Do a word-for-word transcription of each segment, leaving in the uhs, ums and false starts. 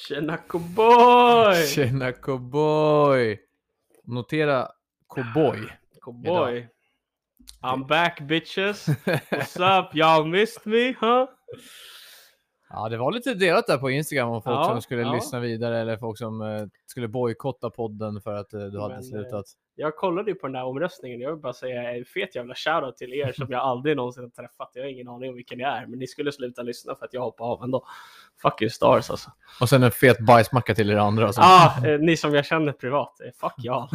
Tjena cowboy! Tjena cowboy! Notera cowboy. Cowboy. Idag. I'm back bitches. What's up? Y'all missed me, huh? Ja, det var lite delat där på Instagram om folk ja, som skulle ja. lyssna vidare eller folk som uh, skulle bojkotta podden för att uh, du Men, hade slutat. Jag kollade ju på den där omröstningen. Jag vill bara säga en fet jävla shoutout till er som jag aldrig någonsin har träffat. Jag har ingen aning om vilken jag är, men ni skulle sluta lyssna för att jag hoppar av ändå. Fuck you stars alltså. Och sen en fet bajsmacka till er andra. Ja, ah, eh, ni som jag känner privat. Eh, fuck y'all.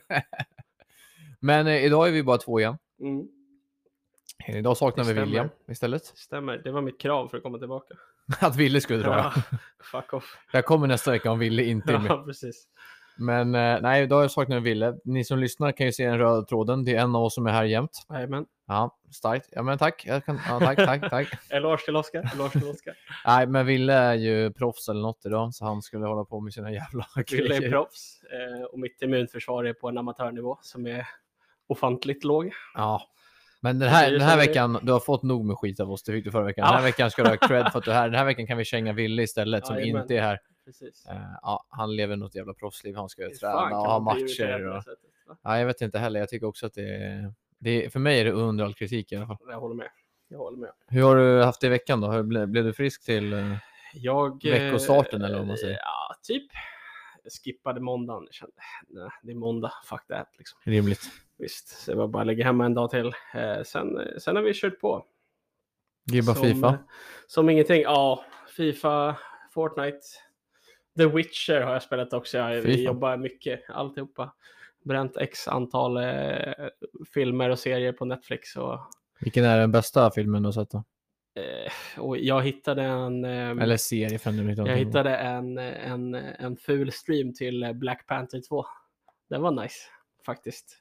Men eh, idag är vi bara två igen. Mm. Idag saknar vi William istället. Stämmer, det var mitt krav för att komma tillbaka. Att Ville skulle dra. Ja, fuck off. Jag kommer nästa vecka om Ville inte är med. Ja, precis. Men eh, nej, idag saknar vi Ville. Ni som lyssnar kan ju se den röda tråden. Det är en av oss som är här jämt. Jajamän. Ja, starkt. Ja, men tack. Jag kan... ja, tack, tack, tack. Eloge till Oskar. Eloge till Oskar. Nej, men Ville är ju proffs eller något idag. Så han skulle hålla på med sina jävla Ville är proffs. Eh, och mitt immunförsvar är på en amatörnivå som är ofantligt låg. Ja. Men den här, den här veckan, du har fått nog med skit av oss, det fick du förra veckan. Ja. Den här veckan ska du ha cred för att du är här. Den här veckan kan vi känga Ville istället, som ja, inte är här. Precis. Uh, ja, han lever något jävla proffsliv, han ska ju träna Fan, och ha matcher. Och... sättet, ja, jag vet inte heller, jag tycker också att det är... Det är... För mig är det under all kritik i alla fall. Jag håller med. Jag håller med. Hur har du haft det i veckan då? Blev, blev du frisk till uh, jag, veckostarten eller vad man säger? Ja, typ. Jag skippade måndagen. Jag kände, nej, det är måndag. Fuck that liksom. Rimligt. Visst, så jag var bara lägga hemma en dag till. Eh, sen, sen har vi kört på. Gibba som, FIFA? Som ingenting. Ja, FIFA, Fortnite. The Witcher har jag spelat också. Jag FIFA. jobbar mycket, alltihopa. Bränt x antal eh, filmer och serier på Netflix. Och, vilken är den bästa filmen du har sett då? eh, och jag hittade en... Eh, Eller serie för en Jag hittade en, en, en ful stream till Black Panther två. Den var nice, faktiskt.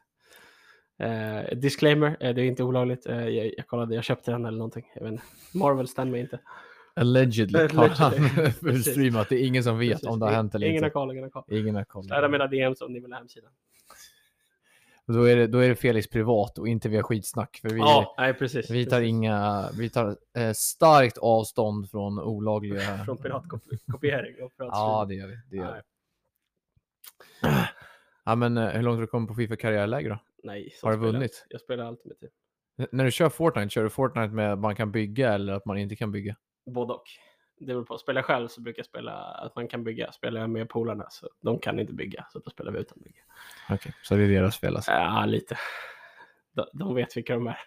Eh, disclaimer, eh, det är inte olagligt. Eh, jag, jag kollade, jag köpte den eller någonting. Jag vet inte. Marvel stämmer mig inte. Allegedly. Allegedly. Streamat. Det är ingen som vet precis. Om det har hänt eller ingen inte. Har koll, ingen har koll. Ingen har koll. Det är mina D Ms om ni vill ha hemsidan. Då är, det, då är det Felix privat och inte via skitsnack. För vi, ja, nej, precis, vi tar precis. inga, vi tar eh, starkt avstånd från olagliga... från piratkopiering. Ja, det gör vi. Det gör vi. Ja, men hur långt har du kommit på FIFA karriärläge då? Nej. Har du vunnit? Jag spelar alltid med tid. När du kör Fortnite, kör du Fortnite med att man kan bygga eller att man inte kan bygga? Både och. Det beror på. Spelar jag själv så brukar jag spela att man kan bygga. Spelar jag med polarna så de kan inte bygga. Så då spelar vi utan bygga. Okej, okay, så det är deras fel alltså? Ja, lite. De, de vet vilka de är.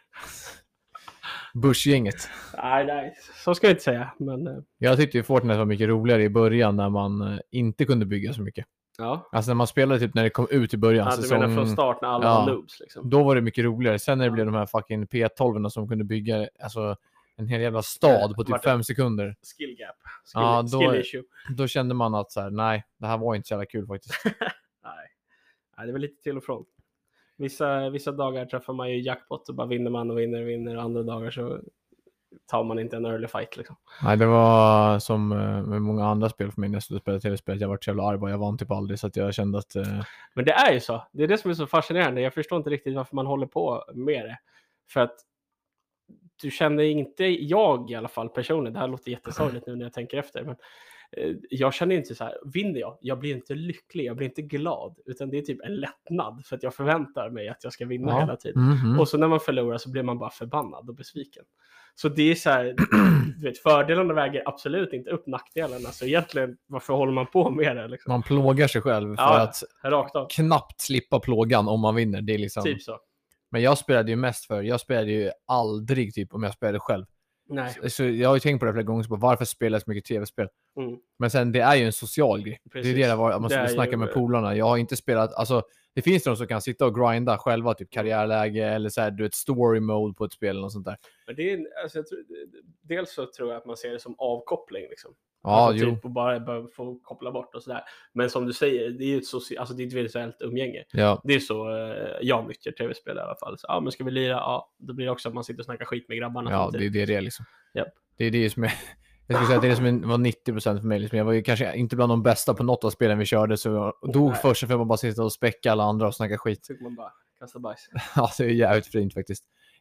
Bush-gänget. Nej, nej. Så ska jag inte säga. Men... Jag tyckte ju Fortnite var mycket roligare i början när man inte kunde bygga så mycket. Ja. Alltså när man spelade typ när det kom ut i början. Ja, du säsong... menar från start när alla ja, var noobs liksom. Då var det mycket roligare. Sen när det blev de här fucking P tolv som kunde bygga alltså, en hel jävla stad på typ fem sekunder. Skill gap. Skill, ja, då, skill issue. Då kände man att så här, nej, det här var inte så jävla kul faktiskt. nej. nej, det var lite till och från. Vissa, vissa dagar träffar man ju jackpot och bara vinner man och vinner och vinner. Och andra dagar så tar man inte en early fight liksom. Nej, det var som med många andra spel för mig när jag skulle spela tv-spel. Jag var så jävla arg och jag vann typ aldrig så att jag kände att... Uh... Men det är ju så. Det är det som är så fascinerande. Jag förstår inte riktigt varför man håller på med det. För att du känner inte, jag i alla fall personligen, det här låter jättesorgligt nu när jag tänker efter, men eh, jag känner inte så här, vinner jag, jag blir inte lycklig, jag blir inte glad, utan det är typ en lättnad för att jag förväntar mig att jag ska vinna ja. hela tiden. Mm-hmm. Och så när man förlorar så blir man bara förbannad och besviken. Så det är så här, du vet, fördelarna väger absolut inte upp nackdelarna, så egentligen, varför håller man på med det? Liksom? Man plågar sig själv för ja, att rakt av. knappt slippa plågan om man vinner, det är liksom... Typ så. Men jag spelade ju mest för, jag spelade ju aldrig typ om jag spelade själv. Nej. Så, så jag har ju tänkt på det flera gånger, så på varför spelar jag så mycket tv-spel? Mm. Men sen, det är ju en social grej. Precis. Det är det var, man skulle snacka ju... med polarna. Jag har inte spelat, alltså det finns de som kan sitta och grinda själva, typ karriärläge eller så här, du vet, story mode på ett spel eller något sånt där. Men det är, alltså, jag tror, dels så tror jag att man ser det som avkoppling liksom. Ja, alltså, jo. Typ och bara, bara få koppla bort och sådär. Men som du säger, det är ju ett, soci- alltså, det är ett virtuellt umgänge. Ja. Det är så uh, jag nyttjar tv-spel i alla fall. Så, ja, men ska vi lira? Ja, då blir det också att man sitter och snackar skit med grabbarna. Ja, det är det det är liksom. Yep. Det är det som är... Jag skulle säga att det är som en, var nittio procent för mig. Liksom. Jag var ju kanske inte bland de bästa på något av spelen vi körde, så jag dog Nej. först för att man bara sitter och späcka alla andra och snacka skit. Tycker man bara kasta bajs. Ja, det är jävligt fint faktiskt.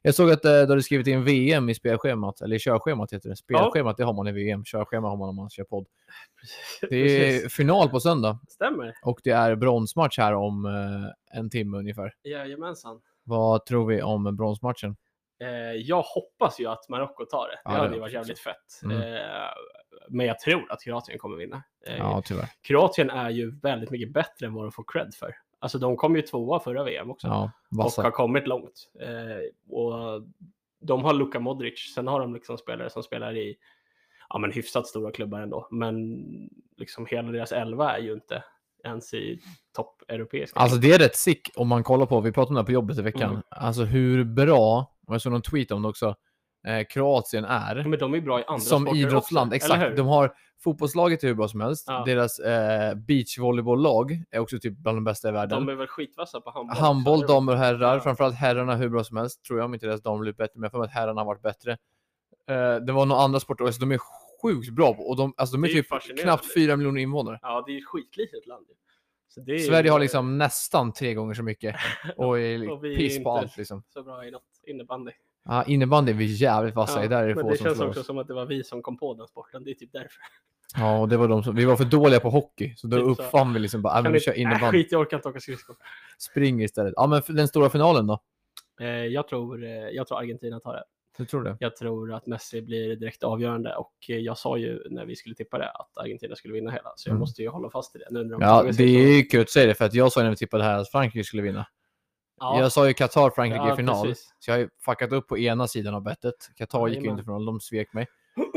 Jag såg att eh, du hade skrivit in V M i spelschemat, eller i körschemat heter det. Spelschemat, ja. Det har man i V M. Körschema har man om man kör podd. Det är Precis. Final på söndag. Stämmer. Och det är bronsmatch här om eh, en timme ungefär. Jajamensan. Vad tror vi om bronsmatchen? Eh, jag hoppas ju att Marocko tar det. Det ja, hade ju varit jävligt fett. Mm. Eh, men jag tror att Kroatien kommer vinna. Eh, ja, tyvärr. Kroatien är ju väldigt mycket bättre än vad de får cred för. Alltså de kom ju tvåa förra V M också. Ja, och har kommit långt. Eh, och de har Luka Modric. Sen har de liksom spelare som spelar i ja, men hyfsat stora klubbar ändå. Men liksom hela deras elva är ju inte ens i topp europeiska. Alltså det är rätt sick om man kollar på, vi pratade om det här på jobbet i veckan. Mm. Alltså hur bra, och jag såg någon tweet om det också, eh, Kroatien är. Men de är bra i andra som idrottsland, också, exakt. De har fotbollslaget hur bra som helst. Ja. Deras eh, beachvolleybolllag är också typ bland de bästa i världen. De är väl skitvassa på handboll. Handboll, damer och herrar. Ja. Framförallt herrarna hur bra som helst. Tror jag, om inte deras damer blivit bättre. Men jag får att herrarna har varit bättre. Eh, det var några andra sporter också. De är sjukt bra på. Och de, alltså, de är, är typ knappt fyra miljoner invånare. Ja, det är ett skitlitet land. Så det är Sverige ju... har liksom nästan tre gånger så mycket. Och är och vi piss på är allt liksom. Så bra i något innebandy. Ja, innebandy är vi jävligt vassa. Ja, där är det men få det som känns slår också oss. som att det var vi som kom på den sporten. Det är typ därför. Ja, och det var de som, vi var för dåliga på hockey. Så då typ uppfann vi liksom bara, äh, men vi kör innebandy. Äh, skit, jag orkar inte åka skridskor. Spring istället. Ja, men den stora finalen då? Eh, jag, tror, eh, jag tror Argentina tar det. Du tror det? Jag tror att Messi blir direkt avgörande. Och jag sa ju när vi skulle tippa det att Argentina skulle vinna hela. Så jag mm. måste ju hålla fast i det. Nu de ja, det är ju kul att säga det. För att jag sa när vi tippade här att Frankrike skulle vinna. Ja. Jag sa ju Qatar, Frankrike i ja, final. Precis. Så jag har ju fuckat upp på ena sidan av bettet. Qatar ja, gick ju inte final, de svek mig.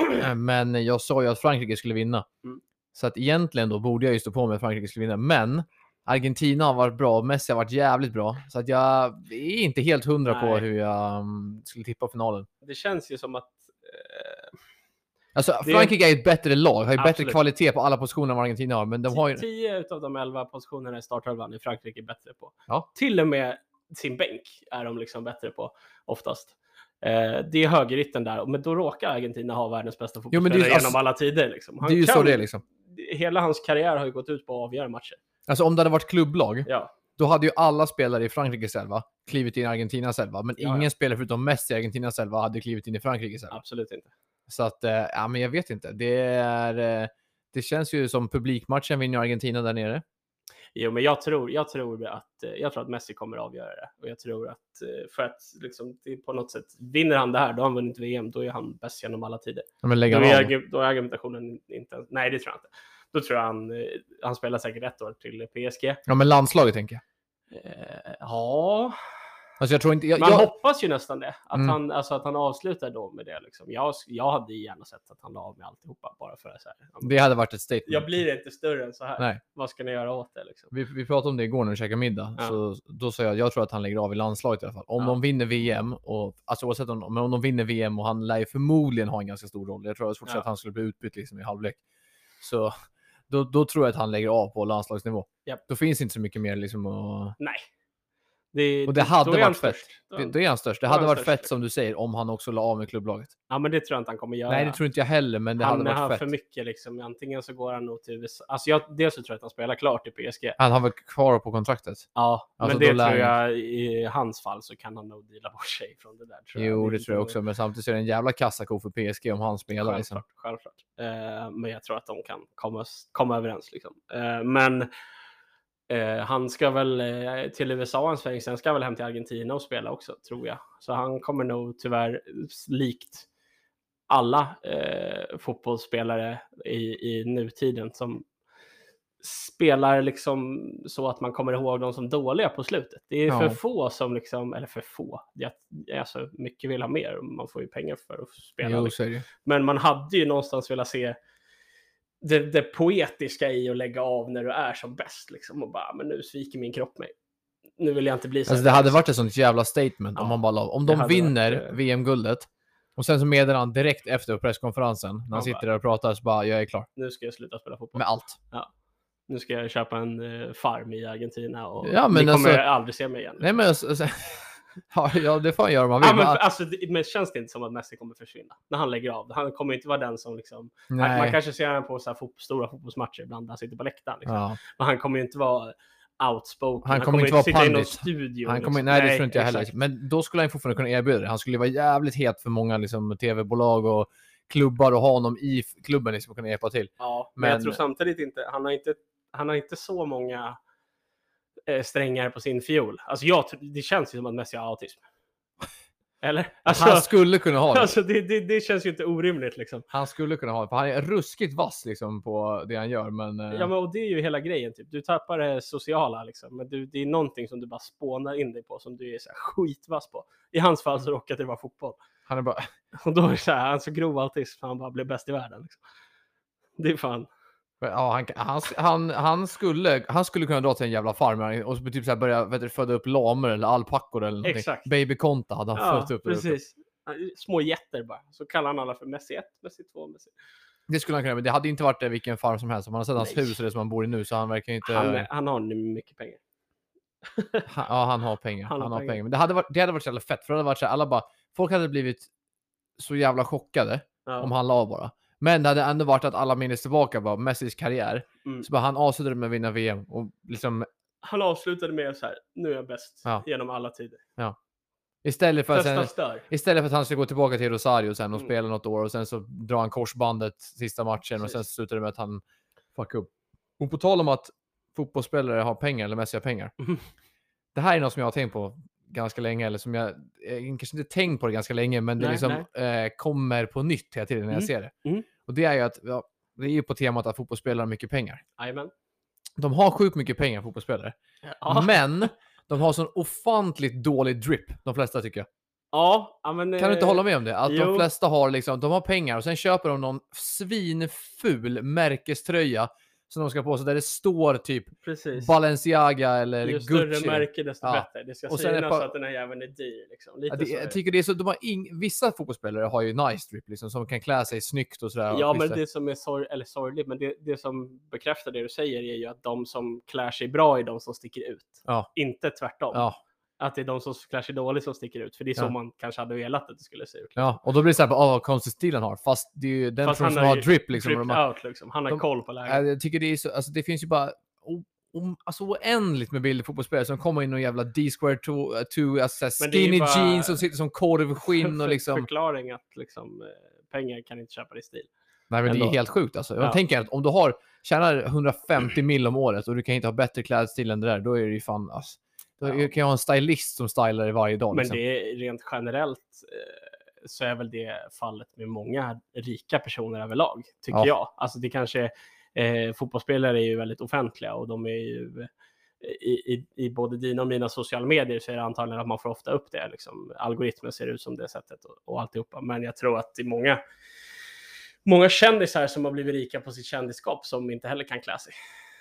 Men jag sa ju att Frankrike skulle vinna. Mm. Så att egentligen då borde jag ju stå på med att Frankrike skulle vinna. Men Argentina har varit bra, Messi har varit jävligt bra. Så att jag är inte helt hundra Nej. på hur jag um, skulle tippa finalen. Det känns ju som att... Eh... Alltså Frankrike är ett bättre lag, har ju Absolut. bättre kvalitet på alla positioner än vad Argentina har. Men de har ju... tio utav de elva positionerna i startelvan är Frankrike bättre på. Ja. Till och med sin bänk är de liksom bättre på oftast. Eh, det är högerytten där, men då råkar Argentina ha världens bästa fotbollsspelare genom alltså, alla tider. Liksom. Han det är ju kan, så det är liksom. Hela hans karriär har ju gått ut på att avgöra matcher. Alltså om det hade varit klubblag, ja. då hade ju alla spelare i Frankrike själva klivit in i Argentina själva. Men ja, ingen ja. spelare förutom Messi i Argentina själva hade klivit in i Frankrike själva. Absolut inte. Så att, eh, ja men jag vet inte. Det är, eh, det känns ju som publikmatchen vinner Argentina där nere. Jo, men jag tror, jag tror att jag tror att Messi kommer att avgöra det. Och jag tror att för att liksom, det på något sätt vinner han det här, då har han vunnit V M, då är han bäst genom alla tider. Ja, men lägger då, är, då är argumentationen inte... Nej, det tror jag inte. Då tror jag han, han spelar säkert ett år till P S G. Ja, men landslaget tänker jag. Eh, ja... Alltså jag tror inte, jag, Man jag... hoppas ju nästan det. Att, mm. han, alltså att han avslutar då med det. Liksom. Jag, jag hade gärna sett att han la av med alltihopa. Bara för så här. Det hade varit ett statement. Jag blir inte större än så här. Nej. Vad ska ni göra åt det? Liksom? Vi, vi pratade om det igår när vi käkade middag. Ja. Så, då sa jag jag tror att han lägger av i landslaget i alla fall. Om ja. de vinner V M. Och, alltså oavsett om, men om de vinner V M och han lär ju förmodligen ha en ganska stor roll. Jag tror att, ja. att han skulle bli utbytt liksom, i halvlek. Så då, då tror jag att han lägger av på landslagsnivå. Yep. Då finns inte så mycket mer liksom att... Nej. Det, och det hade varit fett. Då, det, då är han störst. Det hade varit störst. Fett som du säger om han också la av med klubblaget. Ja, men det tror jag inte han kommer göra. Nej, det tror inte jag heller, men det han hade varit har fett. För mycket liksom. Antingen så går han nog till U S A. Alltså jag, dels så tror jag att han spelar klart i P S G. Han har väl kvar på kontraktet? Ja, alltså, men det tror jag i hans fall så kan han nog dela bort sig från det där. Tror jo, jag. det, det tror jag också. Men samtidigt så är det en jävla kassako för P S G om han spelar. Självklart, liksom. självklart. Uh, men jag tror att de kan komma, komma överens liksom. Uh, men Uh, han ska väl uh, till U S A en sväng, sen ska väl hem till Argentina och spela också, tror jag. Så han kommer nog tyvärr likt alla uh, fotbollsspelare i, i nutiden som spelar liksom så att man kommer ihåg dem som dåliga på slutet. Det är ja. för få som liksom, eller för få, jag, alltså mycket vill ha mer, man får ju pengar för att spela. Jo, liksom. Men man hade ju någonstans velat se Det, det poetiska i att lägga av när du är som bäst liksom, och bara, men nu sviker min kropp mig. Nu vill jag inte bli så. Alltså det hade varit ett sånt jävla statement ja, om man bara la, om de vinner varit, V M-guldet och sen så meddelar han direkt efter presskonferensen när han ja, sitter bara, där och pratar så bara, jag är klar. Nu ska jag sluta spela fotboll. Med allt. Ja. Nu ska jag köpa en uh, farm i Argentina och ja, men ni kommer alltså, aldrig se mig igen. Nej men alltså, ja, ja, det får han göra om han vill. Ja, men, alltså, det, men känns det inte som att Messi kommer försvinna när han lägger av? Han kommer inte vara den som liksom... Man, man kanske ser honom på så här fot- stora fotbollsmatcher ibland, han sitter på läktaren. Liksom. Ja. Men han kommer ju inte vara outspoken. Han, han kommer inte vara sitta i någon pandit. studio. Han kommer, liksom. nej, det tror inte jag heller. Men då skulle han fortfarande kunna erbjuda det. Han skulle vara jävligt het för många liksom, tv-bolag och klubbar och ha honom i klubben liksom, kunna hjälpa till. Ja, men, men jag tror samtidigt inte, han har inte, han har inte så många eh, strängar på sin fiol. Alltså jag, det känns ju som att Messi har autism. Eller? Alltså, han skulle kunna ha det. Alltså det, det, det känns ju inte orimligt liksom. Han skulle kunna ha det, för han är ruskigt vass liksom på det han gör. Men, eh... Ja, men och det är ju hela grejen typ. Du tappar det sociala liksom. Men du, det är någonting som du bara spånar in dig på som du är så här skitvass på. I hans fall så råkar det vara fotboll. Han är bara... Och då är det så här, han är så grov autism, han bara blev bäst i världen liksom. Det är fan... Ja, han, han, han, han, skulle, han skulle kunna dra till en jävla farm och typ så här börja vet du, föda upp lamer eller alpackor eller någonting. Exakt. Babykonta hade han ja, fött upp. Precis. Små jätter bara. Så kallar han alla för Messi ett, Messi två, Messi. Det skulle han kunna, men det hade inte varit det vilken farm som helst. Om man har sett hans hus och det som han bor i nu så han verkar inte... Han, han har mycket pengar. han, ja, han har pengar. Han, han har, pengar. pengar. Men det hade varit, det hade varit så jävla fett. För det hade varit så här, alla bara... Folk hade blivit så jävla chockade ja. Om han la bara. Men det hade ändå varit att alla minns tillbaka var Messis karriär. Mm. Så bara han avslutade med att vinna V M. Och liksom... Han avslutade med så här, nu är jag bäst ja. Genom alla tider. Ja. Istället för, att sen, istället för att han ska gå tillbaka till Rosario sen och mm. spela något år. Och sen så drar han korsbandet sista matchen. Precis. Och sen slutar det med att han fuck upp. Och på tal om att fotbollsspelare har pengar eller Messi har pengar. Mm. Det här är något som jag har tänkt på ganska länge, eller som jag eh, kanske inte tänkt på det ganska länge, men nej, det liksom eh, kommer på nytt hela tiden när jag mm. ser det. Mm. Och det är ju att, ja, det är ju på temat att fotbollsspelare har mycket pengar. Amen. De har sjukt mycket pengar, fotbollsspelare. Ja. Men de har sån ofantligt dålig drip, de flesta tycker jag. Ja, men... Kan du inte hålla med om det? Att jo. De flesta har liksom, de har pengar och sen köper de någon svinful märkeströja som de ska på sig där det står typ Precis. Balenciaga eller ju Gucci. Ju större märke desto ja. Bättre. Det ska och synas par... att den här jäveln är dyr. Liksom. Lite ja, det, så jag tycker det är så, de har ing... vissa fotbollsspelare har ju nice drip liksom, som kan klä sig snyggt och sådär. Ja, och men det som är sorg... eller sorgligt, men det, det som bekräftar det du säger är ju att de som klär sig bra är de som sticker ut. Ja. Inte tvärtom. Ja. Att det är de som klär sig dåligt som sticker ut. För det är så ja. Man kanske hade velat att det skulle se ut. Liksom. Ja, och då blir det så här på vad konstig stil han har. Fast det är ju den som har drip liksom. Drip de, out, liksom. Han har de, koll på läget. Jag tycker det är så, alltså det finns ju bara o, o, alltså oändligt med bilder på fotbollsspelare som kommer in och jävla D-square två, alltså skinny jeans som sitter som korvskinn och liksom. Förklaring att liksom pengar kan inte köpa i stil. Nej, men ändå. Det är helt sjukt alltså. Jag ja. Tänker att om du har tjänar hundrafemtio mil om året och du kan inte ha bättre klädstil än det där, då är det ju fan alltså. Då ja. Kan jag ha en stylist som stylar det varje dag. Liksom. Men det är rent generellt eh, så är väl det fallet med många rika personer överlag, tycker ja. Jag. Alltså det kanske, eh, fotbollsspelare är ju väldigt offentliga och de är ju i, i, i både dina och mina sociala medier så är det antagligen att man får ofta upp det. Liksom. Algoritmen ser ut som det sättet och, och alltihopa. Men jag tror att det är många, många kändisar som har blivit rika på sitt kändisskap som inte heller kan klä sig.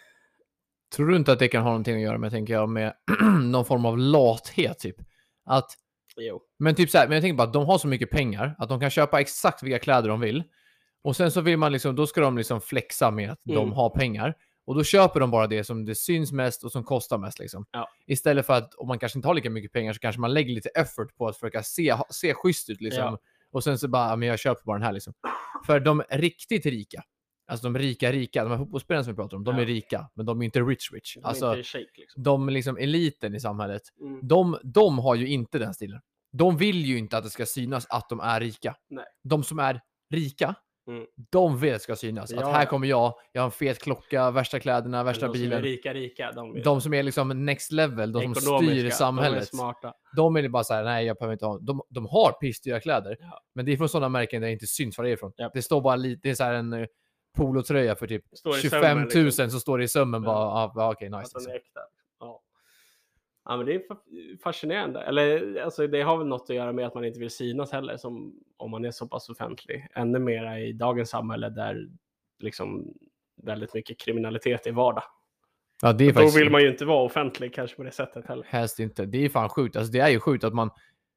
Tror du inte att det kan ha någonting att göra med, tänker jag, med någon form av lathet typ? Att, jo. Men typ så här, men jag tänker bara att de har så mycket pengar att de kan köpa exakt vilka kläder de vill. Och sen så vill man liksom, då ska de liksom flexa med att mm. de har pengar. Och då köper de bara det som det syns mest och som kostar mest liksom. Ja. Istället för att, om man kanske inte har lika mycket pengar så kanske man lägger lite effort på att försöka se, se schysst ut liksom. Ja. Och sen så bara, men jag köper bara den här liksom. För de riktigt rika, alltså de rika, rika, de här fotbollsspelarna som vi pratar om, de ja. Är rika, men de är inte rich, rich. De alltså, inte shake, liksom. De liksom eliten i samhället, mm. de, de har ju inte den stilen. De vill ju inte att det ska synas att de är rika. Nej. De som är rika, mm. de vill att det ska synas. Ja, att här ja. Kommer jag, jag har en fet klocka, värsta kläderna, värsta de bilen. Som är rika, rika, de, är... de som är liksom next level, de som styr samhället. De är smarta. De är bara så här, nej jag behöver inte ha. De, de har pissdyra kläder, ja. Men det är från sådana märken där det inte syns vad det är ifrån. Ja. Det står bara lite, det är så här en polotröja för typ tjugofem tusen liksom. Så står det i sömmen bara, ja. ah, okej, okay, nice. Att den är äkta. Ja. Ja, men det är fascinerande. Eller alltså, det har väl något att göra med att man inte vill synas heller, som om man är så pass offentlig. Ännu mera i dagens samhälle där liksom väldigt mycket kriminalitet är vardag. Ja, det är då faktiskt... vill man ju inte vara offentlig kanske på det sättet heller. Helst inte. Det är fan sjukt. Alltså, det är ju sjukt att man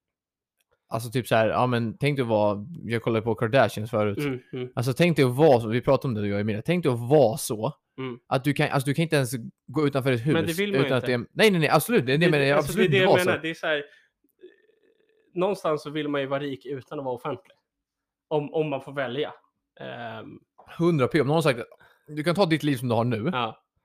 alltså typ så här, ja men tänk dig att vara, jag kollade på Kardashians förut. Mm, mm. Alltså tänk dig att vara så, vi pratade om det jag och Emilia. Tänk dig att vara så mm. att du kan, alltså du kan inte ens gå utanför ett hus. Men det vill man utan inte. Att det, nej nej nej, absolut. Det, det, det, alltså, absolut det är det jag menar. Så. Det är så här, någonstans så vill man ju vara rik utan att vara offentlig. Om, om man får välja. Hundra um... p. Om någon har sagt, du kan ta ditt liv som du har nu. Ja.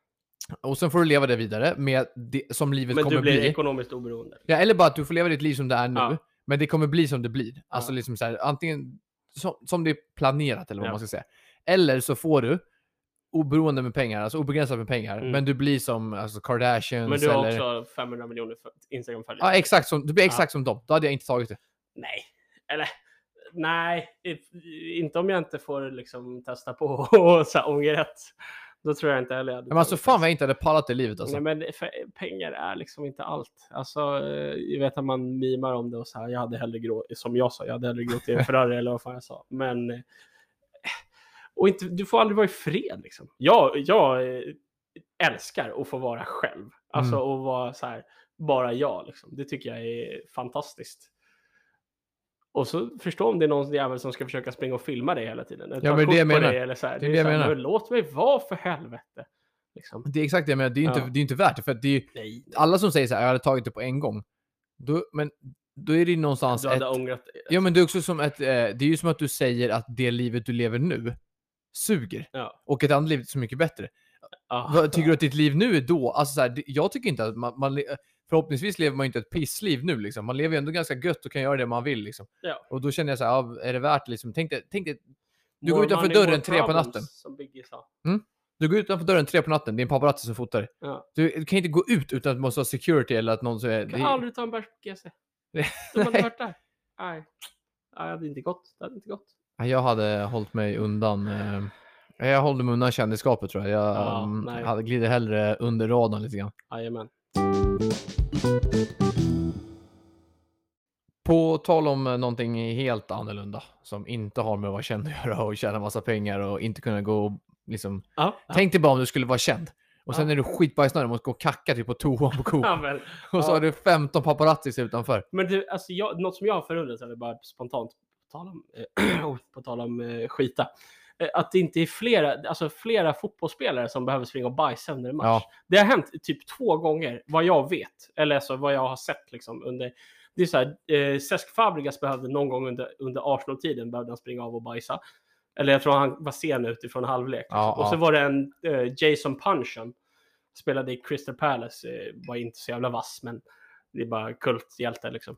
Och sen får du leva det vidare med det, som livet men kommer bli. Men du bli. blir ekonomiskt oberoende. Ja, eller bara att du får leva ditt liv som det är nu. Ja. Men det kommer bli som det blir. Ja. Alltså liksom så här, antingen som, som det är planerat eller vad ja. man ska säga. Eller så får du oberoende med pengar, alltså obegränsat med pengar. Mm. Men du blir som alltså Kardashians. Men du har eller... också femhundra miljoner Instagram-följare. Ja, exakt. Som, du blir exakt ja. som dem. Då hade jag inte tagit det. Nej. Eller... Nej, inte om jag inte får liksom testa på och så här ångerrätt. Då tror jag inte heller jag hade. Men alltså fan vad jag inte hade pallat det livet alltså. Nej, men pengar är liksom inte allt. Alltså, jag vet att man mimar om det och så här, jag hade hellre grå, som jag sa, jag hade hellre gråtit i en Ferrari eller vad fan jag sa. Men och inte, du får aldrig vara i fred liksom. Jag, jag älskar att få vara själv. Alltså mm. att vara så här, bara jag liksom. Det tycker jag är fantastiskt. Och så förstå om det är någon jävel som ska försöka springa och filma dig hela tiden. Ja, men det jag menar. Eller så här. Det är det är det jag så här, menar. Låt mig vara för helvete. Liksom. Det är exakt det jag menar. Det är ju inte, ja. det är inte värt det. För att det är ju, alla som säger så här, jag hade tagit det på en gång. Då, men då är det ju någonstans du hade ett... ångrat det. Ja, men det är också som ett... Eh, det är ju som att du säger att det livet du lever nu suger. Ja. Och ett annat liv är så mycket bättre. Ah, Vad tycker ja. du att ditt liv nu är då? Alltså så här, jag tycker inte att man... man förhoppningsvis lever man inte ett pissliv nu liksom. Man lever ju ändå ganska gött och kan göra det man vill liksom. Ja. Och då känner jag så här, ja, är det värt liksom? Tänk dig, tänk dig du more går utanför money, dörren tre på natten. Som Biggie sa. Mm? Du går utanför dörren tre på natten. Det är en paparazzi som fotar dig. Ja. Du, du kan inte gå ut utan att du måste ha security eller att någon så är... Du kan det... aldrig ta en bärs på G C. Du hade hört där. Nej. Jag hade inte gått. Det hade inte gått. Jag hade hållit mig undan... Eh... Jag håller mig undan kändisskapet tror jag. Jag ja, um, hade glidit hellre under radarn lite grann. Jajamän. På tal om någonting helt annorlunda som inte har med att vara känd att göra och tjäna massa pengar och inte kunna gå och liksom... Ja, tänk dig bara om du skulle vara känd. Och sen ja. är du skitbajsnödig och måste gå och kacka typ på toan på Coop. Ja, men, och så ja. har du femton paparazzis utanför. Men det, alltså jag, något som jag har förundrat över bara spontant på tal om, äh, på tal om äh, skita. Att det inte är flera, alltså flera fotbollsspelare som behöver springa och bajsa under en match. Ja. Det har hänt typ två gånger, vad jag vet. Eller alltså vad jag har sett liksom under... Det är så här, eh, Cesc Fabregas behövde någon gång under, under Arsenal-tiden behövde han springa av och bajsa. Eller jag tror han var sen utifrån halvlek. Ja, och ja. så var det en eh, Jason Puncheon. Spelade i Crystal Palace. Eh, var inte så jävla vass, men det är bara kulthjälte liksom.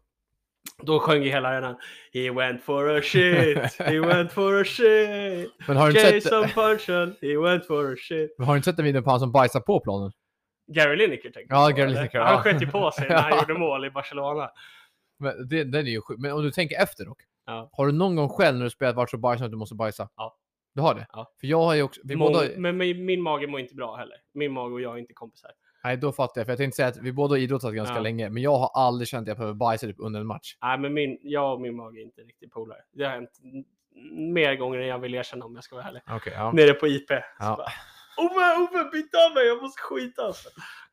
Då sjöng ju hela den här He went for a shit, he went for a shit. Men har du Jason sett... Puncheon, he went for a shit. Men har du inte sett en video på han som bajsar på planen? Gary Lineker tänkte Ja, Gary Lineker. Han ja. sköt ju på sig när han gjorde mål i Barcelona. Men det, den är ju sjuk. Men om du tänker efter dock. Ja. Har du någon gång själv när du spelat vart så bajsar att du måste bajsa? Ja. Du har det? Ja. För jag har ju också... Vi Mång, båda... Men min, min mage mår inte bra heller. Min mage och jag är inte kompisar. Nej, då fattar jag. För jag tänkte säga att vi båda har idrottat ganska ja. länge. Men jag har aldrig känt att jag behöver bajsa typ under en match. Nej, men min, jag och min mage är inte riktigt polare. Det har hänt mer gånger än jag vill erkänna om jag ska vara ärlig. Okay, ja. Nere på I P. Ja. Bara, Ove, Ove, byt av mig. Jag måste skita alltså.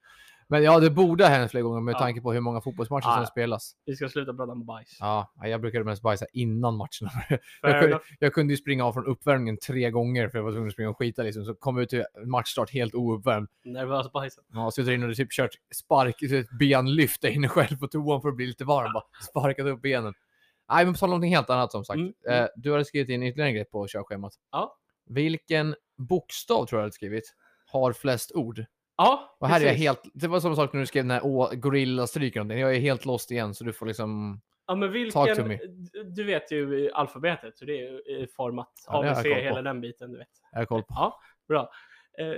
Men ja, det borde ha hänt flera gånger med ja. tanke på hur många fotbollsmatcher ja. som spelas. Vi ska sluta prata om bajs. Ja, jag brukade mest bajsa innan matcherna. jag, kunde, jag kunde ju springa av från uppvärmningen tre gånger för jag var tvungen att springa och skita liksom. Så kom vi ut till matchstart helt ouppvärmd. Nervös bajsen. Ja, så jag in och typ kört spark, ett benlyft där inne själv på toan för att bli lite varm. Bara sparkat upp benen. Nej, men på tal om någonting helt annat som sagt. Mm. Eh, du hade skrivit in ytterligare en grej på körschemat. Ja. Vilken bokstav tror jag hade skrivit har flest ord? Ja, och här precis. Är jag helt... Det var samma sak när du skrev den här å, gorilla stryker. Jag är helt lost igen så du får liksom... Ja, men vilken... Du vet ju alfabetet. Så det är format ja, A B C, hela den biten, du vet. Jag har koll på. Ja, bra. Eh,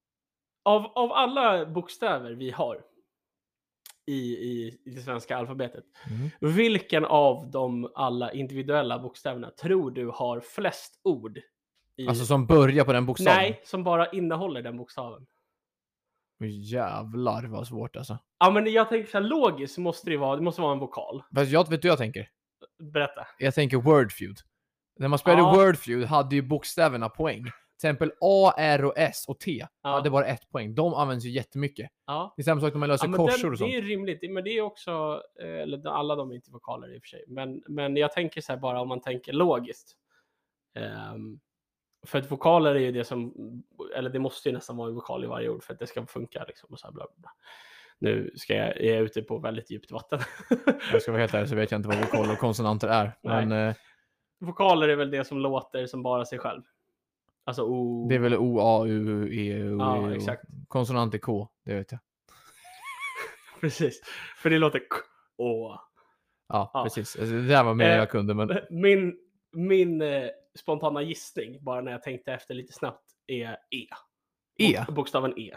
av, av alla bokstäver vi har i, i, i det svenska alfabetet. Mm. Vilken av de alla individuella bokstäverna tror du har flest ord? I... Alltså som börjar på den bokstaven? Nej, som bara innehåller den bokstaven. Jävlar vad svårt alltså. Ja, men jag tänker så här, logiskt måste det vara, det måste vara en vokal. Fast jag vet du jag tänker. Berätta. Jag tänker Wordfeud. När man spelade ja. Wordfeud hade ju bokstäverna poäng. Till exempel A, R och S och T ja. hade bara ett poäng. De används ju jättemycket. Ja. Det är samma sak när man löser ja, korsor den, och sånt. Det är ju rimligt, men det är också eller alla de är inte vokaler i och för sig. Men, men jag tänker så här bara om man tänker logiskt. Um, För att vokaler är ju det som, eller det måste ju nästan vara en vokal i varje ord för att det ska funka liksom och så här bla bla. Nu ska jag, är jag ute på väldigt djupt vatten. Jag ska vara helt ärlig så vet jag inte vad vokaler och konsonanter är. Men, eh, vokaler är väl det som låter som bara sig själv. Alltså O. Det är väl O, A, U, E, O, Ja, E, exakt. konsonant är K, det vet jag. Precis, för det låter K. Å. Ja, ja, precis. Alltså, det där var mer eh, jag kunde. Men... Min, min eh, spontana gissning, bara när jag tänkte efter lite snabbt, är E. E? Bokstaven E.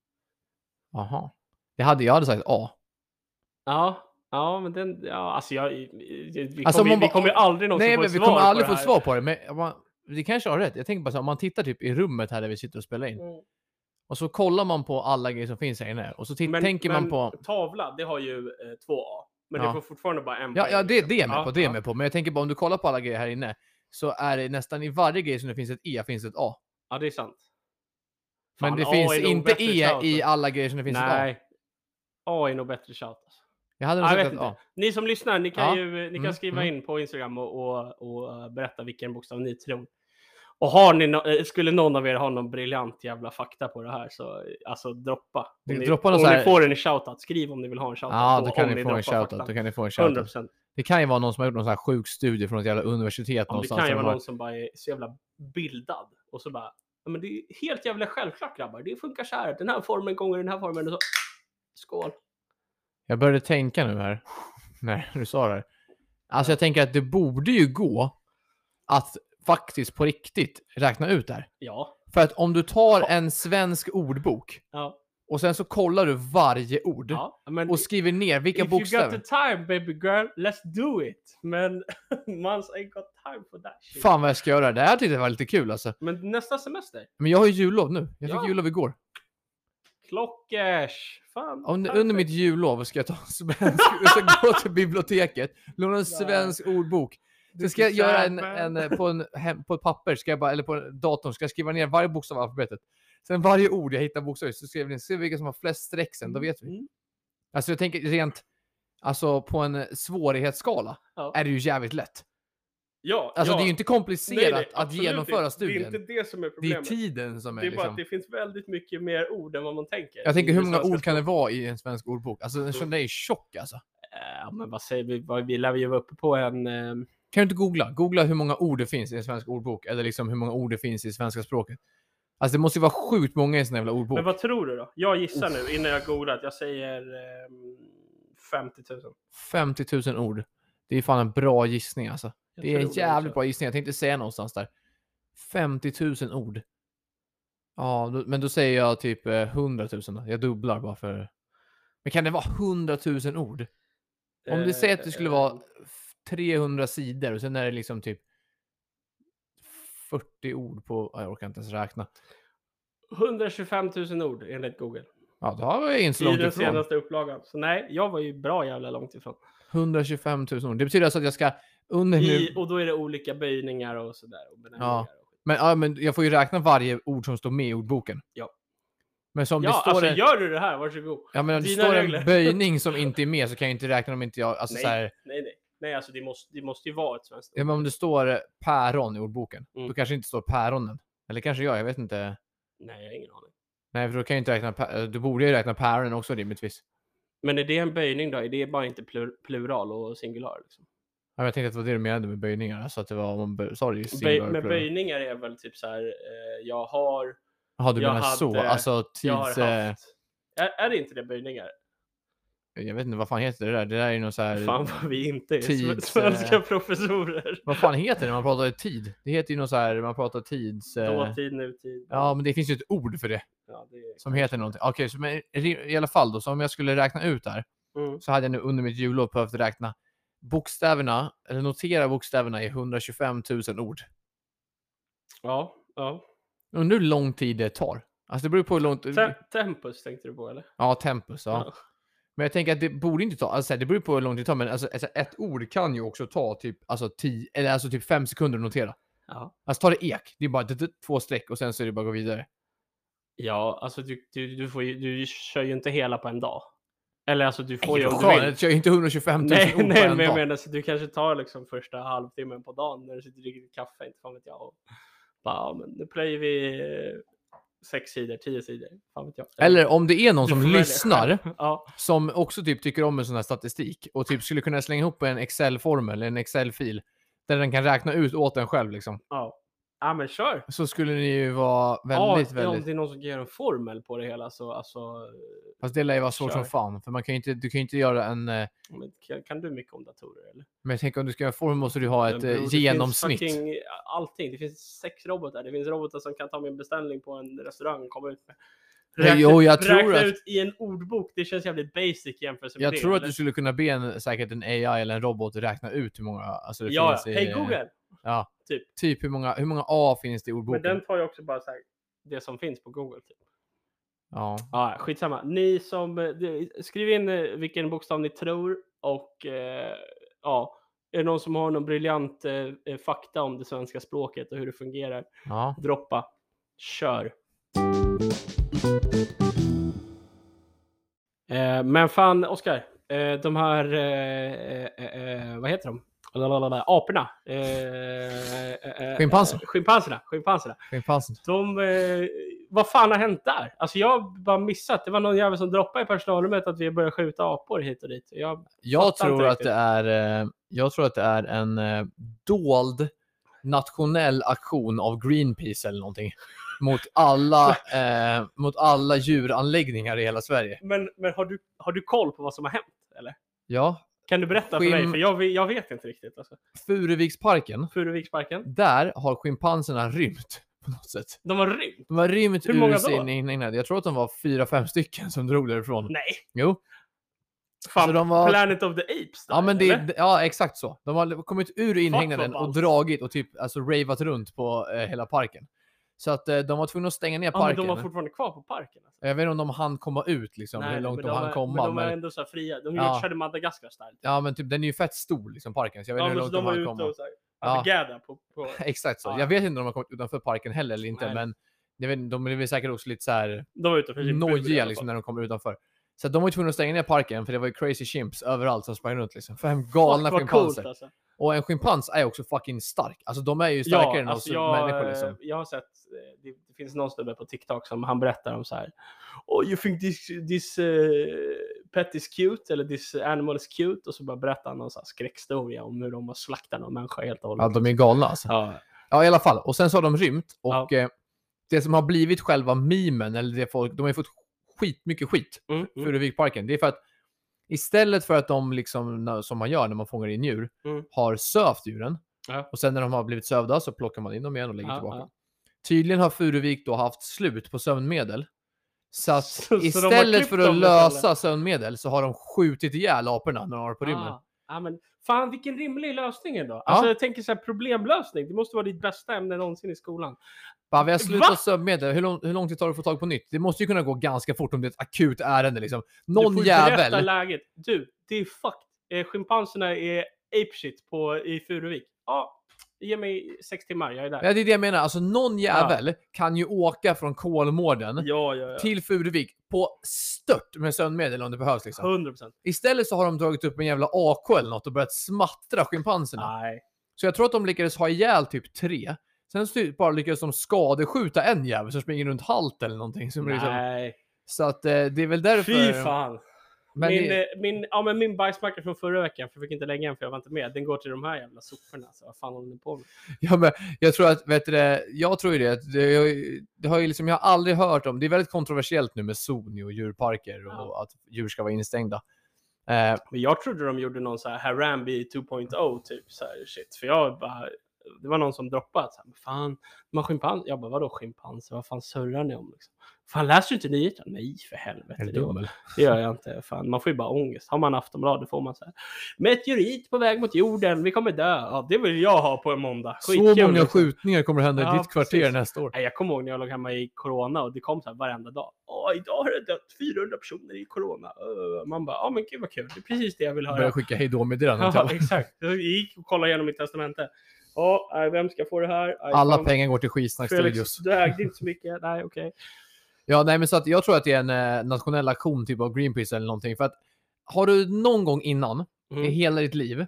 Jaha. Jag hade, jag hade sagt A. Ja, ja men den, ja, alltså jag, vi, alltså, kommer, bara, vi kommer aldrig någonsin nej, få men ett vi svar kommer aldrig på få ett svar på det, men man, det kanske har rätt. Jag tänker bara så, om man tittar typ i rummet här där vi sitter och spelar in. Mm. Och så kollar man på alla grejer som finns här inne. Och så men, tänker men man på... tavla, det har ju eh, två A. Men ja. Det får fortfarande bara en. Ja, ja det, det är med på, det är med på. Men jag tänker bara, om du kollar på alla grejer här inne, så är det nästan i varje grej som det finns ett E, finns ett A. Ja, det är sant. Fan, men det A finns inte E shout, i alla grejer som det finns nej. ett A. A är nog bättre shout. Alltså. Jag hade nog jag sagt vet inte. A. Ni som lyssnar, ni kan ja. ju ni kan mm. skriva mm. in på Instagram och, och, och berätta vilken bokstav ni tror. Och har ni no- skulle någon av er ha någon briljant jävla fakta på det här, så alltså droppa. Om ni, droppa om här... ni får en shoutout, skriv om ni vill ha en shoutout. Ja, då kan ni, ni få en shoutout. Då kan ni få en shoutout. hundra procent. Det kan ju vara någon som har gjort någon sån här sjuk studie från ett jävla universitet ja, någonstans. Det kan ju vara har... någon som bara är så jävla bildad och så bara, ja, men det är helt jävla självklart grabbar. Det funkar så här. Den här formen gånger den här formen och så skål. Jag började tänka nu här. Nej, du sa det. Alltså jag tänker att det borde ju gå att faktiskt på riktigt räkna ut det här. Ja. För att om du tar en svensk ordbok ja. och sen så kollar du varje ord ja, men och skriver ner vilka if bokstäver. If you got the time baby girl, let's do it. Men man's ain't got time for that shit. Fan vad jag ska göra. Det här tyckte jag var lite kul alltså. Men nästa semester. Men jag har ju jullov nu. Jag fick ja. jullov igår. Klockers. Fan. Under, under mitt jullov ska jag ta svensk, jag ska gå till biblioteket, låna en svensk ordbok. Så ska jag göra en, en, på, en hem, på ett papper, ska jag bara, eller på en datorn, ska jag skriva ner varje bokstav av alfabetet. Sen varje ord jag hittar bokstav så skriver jag ner, se vilka som har flest streck sen, då vet vi. Mm. Alltså jag tänker rent, alltså på en svårighetsskala ja. Är det ju jävligt lätt. Ja, alltså ja. det är ju inte komplicerat nej, nej, att genomföra inte. studien. Det är inte det som är problemet. Det är tiden som är det är bara liksom... att det finns väldigt mycket mer ord än vad man tänker. Jag tänker hur många ord kan det vara i en svensk ordbok? Alltså den är tjock alltså. Ja, men vad säger vi? Vi lär ju vara uppe på en... Um... Kan du inte googla? Googla hur många ord det finns i en svensk ordbok. Eller liksom hur många ord det finns i svenska språket. Alltså det måste ju vara sjukt många i en sån jävla ordbok. Men vad tror du då? Jag gissar Uff. nu innan jag googlat. Jag säger um, femtio tusen. femtio tusen ord. Det är fan en bra gissning alltså. Jag det är en jävligt bra gissning. Jag tänkte säga någonstans där. femtio tusen ord. Ja, då, men då säger jag typ eh, hundra tusen då. Jag dubblar bara för... Men kan det vara hundra tusen ord? Om du säger att det skulle vara trehundra sidor och sen är det liksom typ fyrtio ord på... Jag orkar inte ens räkna. hundratjugofem tusen ord enligt Google. Ja, då har jag inte så långt ifrån. I den senaste upplagan. Så nej, jag var ju bra jävla långt ifrån. hundratjugofem tusen ord. Det betyder alltså att jag ska... Under I, och då är det olika böjningar och sådär. Och ja. Och men, ja, men jag får ju räkna varje ord som står med i ordboken. Ja. Men som ja, det står alltså en... gör du det här, varsågod. Ja, men om det står regler. En böjning som inte är med så kan jag inte räkna om inte jag... Alltså, nej, så här... nej, nej. Nej, alltså det måste, det måste ju vara ett svenskt ord. Ja, men om det står päron i ordboken, mm. då kanske inte står päronen. Eller kanske jag, jag vet inte. Nej, jag har ingen aning. Nej, för då kan jag inte räkna... Du borde ju räkna päronen också rimligtvis. Men är det en böjning då? Är det bara inte plur, plural och singular liksom? Ja, jag tänkte att det var det du menade med böjningar. Alltså att det var... Om man, sorry, singular, Böj, men böjningar är väl typ så här... Eh, jag har... Jaha, du jag menar hade, så? Alltså tids... Jag har haft, är, är det inte det böjningar? Jag vet inte, vad fan heter det där? Det där är ju någon så här... Fan vad vi inte är tids, svenska professorer. Vad fan heter det när man pratar tid? Det heter ju någon så här, man pratar tids... Dåtid, nutid. Ja, men det finns ju ett ord för det. Ja, det är som heter någonting. Okej, okay, så men i alla fall då, så om jag skulle räkna ut där, mm. så hade jag nu under mitt jullov behövt räkna bokstäverna, eller notera bokstäverna i hundratjugofem tusen ord. Ja, ja. Undrar hur lång tid det tar. Alltså det beror på hur långt... Te- tempus tänkte du på, eller? Ja, tempus, ja. ja. Men jag tänker att det borde inte ta, alltså det beror på hur långt det tar, men alltså, alltså ett ord kan ju också ta typ, alltså tio, eller alltså typ fem sekunder att notera. Ja. Alltså ta det ek, det är bara det, det, två streck och sen så är det bara att gå vidare. Ja, alltså du, du, du, får ju, du kör ju inte hela på en dag. Eller alltså du får ju om du vill. Du kör ju inte hundratjugofem tusen nej, ord på nej, en men dag. jag menar så du kanske tar liksom första halvtimmen på dagen när du sitter och dricker kaffe, inte fan vet jag. Och bara, ja, men nu plöjer vi sex sidor, tio sidor, fan vet jag. Eller om det är någon som lyssnar ja. som också typ tycker om en sån här statistik och typ skulle kunna slänga ihop en Excel-formel, en Excel-fil där den kan räkna ut åt en själv liksom. Ja. Ja, men kör. Så skulle ni ju vara väldigt, ja, väldigt... om det är någon som ger en formel på det hela så alltså... Fast det lär ju vara svårt kör. som fan. För man kan ju inte, du kan ju inte göra en... Men kan, kan du mycket om datorer eller? Men jag tänker om du ska göra en formel måste du ha ett bro, det genomsnitt. Finns fucking allting. Det finns sex robotar. Det finns robotar som kan ta min beställning på en restaurang och komma ut med. Räkna, jo, jag räkna tror att... ut i en ordbok. Det känns jävligt basic jämfört med Jag det, tror eller? att du skulle kunna be en, säkert en A I eller en robot räkna ut hur många... Alltså det ja, finns i, hej Google! Ja, typ. typ hur många, hur många A finns det i ordboken? Men den tar ju också bara så här, det som finns på Google. Typ. Ja. Ja, skitsamma. Ni som... Skriv in vilken bokstav ni tror och... Eh, ja... Är det någon som har någon briljant eh, fakta om det svenska språket och hur det fungerar? Ja. Droppa. Kör. Eh, men fan, Oskar. Eh, de här... Eh, eh, eh, vad heter de? Lalalala, aporna. Eh, eh, Schimpanser. Eh, schimpanserna. Schimpanserna. Schimpanser. De... Eh, vad fan har hänt där? Alltså jag har bara missat. Det var någon jävel som droppade i personalrummet att vi börjar skjuta apor hit och dit. Jag, jag tror att det är... Eh, jag tror att det är en eh, dold nationell aktion av Greenpeace eller någonting. Mot alla, eh, mot alla djuranläggningar i hela Sverige. Men, men har, du, har du koll på vad som har hänt? Eller? Ja. Kan du berätta Schim... för mig? För jag, jag vet inte riktigt. Alltså. Furuviksparken. Furuviksparken. Där har schimpanserna rymt på något sätt. De har rymt? De har rymt Hur många ur sin innan. Jag tror att de var fyra, fem stycken som drog därifrån. Nej. Jo. Fan, så de var... Planet of the Apes där, ja, men det, eller? ja, exakt så. De har kommit ur inhägnaden och dragit och typ alltså ravat runt på eh, hela parken. Så att eh, de var tvungna att stänga ner parken. Ja, men de var fortfarande kvar på parken. Alltså. Jag vet inte om de hann komma ut liksom. Nej, hur långt de, de hann är, komma. Men de men... är ändå så här fria. De ja. körde Madagaskar style. Typ. Ja, men typ den är ju fett stor liksom parken. Så jag vet ja, inte hur långt de, de hann komma. Och så här, ja. Gäda på, på... Exakt så. Ja. Jag vet inte om de har kommit utanför parken heller eller inte. Nej. Men jag vet, de är säkert också lite så här de var utanför sin nojiga liksom när de kommer utanför. Så de var ju tvungna att stänga ner parken för det var ju crazy chimps överallt som sprang runt liksom. Fem galna Fuck, schimpanser. Coolt, alltså. Och en schimpans är också fucking stark. Alltså de är ju starkare ja, än alltså oss jag, människor liksom. Jag har sett, det, det finns någon snubbe på TikTok som han berättar om så här. Oh, you think this, this uh, pet is cute? Eller this animal is cute? Och så bara berättar han någon så här skräckstoria om hur de har slaktat någon människa helt och hållet. Ja, de är galna alltså. Ja. Ja, i alla fall. Och sen så har de rymt. Och ja. eh, det som har blivit själva memen, eller det folk, de har ju fått skit, mycket skit mm, mm. Furuvikparken. Det är för att istället för att de liksom, som man gör när man fångar in djur, mm. har sövt djuren. Ja. Och sen när de har blivit sövda så plockar man in dem igen och lägger ja, tillbaka. Ja. Tydligen har Furuvik då haft slut på sömnmedel. Så att så, istället så för att lösa eller? sömnmedel så har de skjutit ihjäl aporna när de har på rymmen. Ah. Ja, men fan vilken rimlig lösning ändå. Ja. Alltså jag tänker så här problemlösning. Det måste vara ditt bästa ämne någonsin i skolan. Bara, vi har slutat sömnmedel. Hur, lång, hur lång tid tar det att få tag på nytt? Det måste ju kunna gå ganska fort om det är ett akut ärende liksom. Någon du får jävel. Läget. Du, det är fucked. Eh, schimpanserna är apeshit på i Furuvik. Ja, ge mig sex timmar, jag är där. Ja, det är det jag menar. Alltså någon jävel ja. kan ju åka från Kolmården ja, ja, ja. till Furuvik på stört med sömnmedel om det behövs liksom. hundra procent. Istället så har de dragit upp en jävla A K eller något och börjat smattra schimpanserna. Nej. Så jag tror att de lyckades ha ihjäl typ tre. Sen så bara lyckades de skadeskjuta en jävel som springer runt halt eller någonting. Som Nej. Liksom... Så att eh, det är väl därför... Fy fan. Men min, det... min, ja, men min bajsmacka från förra veckan, för jag fick inte lägga en för jag var inte med. Den går till de här jävla soporna. Så vad fan håller ni på med? Ja, men jag tror att, vet du det, jag tror ju det. Det, det har ju liksom, jag har aldrig hört om, det är väldigt kontroversiellt nu med zon och djurparker och ja. att djur ska vara instängda. Eh, men jag trodde de gjorde någon så här Harambe två punkt noll typ så här shit. För jag bara, det var någon som droppade så här, fan, de har schimpans. Jag bara, vadå schimpanser? Vad fan surrar ni om liksom? Fan, läser du inte nyheter? Nej, för helvete. Det, dum, det gör jag inte. Fan, man får ju bara ångest. Har man Aftonbladet får man så här. Meteorit på väg mot jorden. Vi kommer dö. Ja, det vill jag ha på en måndag. Skitkul, så många liksom. Skjutningar kommer att hända ja, i ditt kvarter precis. nästa år. Nej, jag kommer ihåg när jag låg hemma i corona och det kom så här varenda dag. Åh, idag har det dött fyrahundra personer i corona. Uh, man bara, ja men gud vad kul. Det är precis det jag vill höra. Börja skicka hej då med det. Ja, exakt. Jag gick och kollade igenom mitt testamente. Ja, vem ska få det här? Alla fan. Pengar går till Skitsnack Studios. Du ägde inte så mycket. Nej, okej. Okay. Ja, nej, men så att jag tror att det är en eh, nationell aktion typ av Greenpeace eller någonting. För att har du någon gång innan mm. i hela ditt liv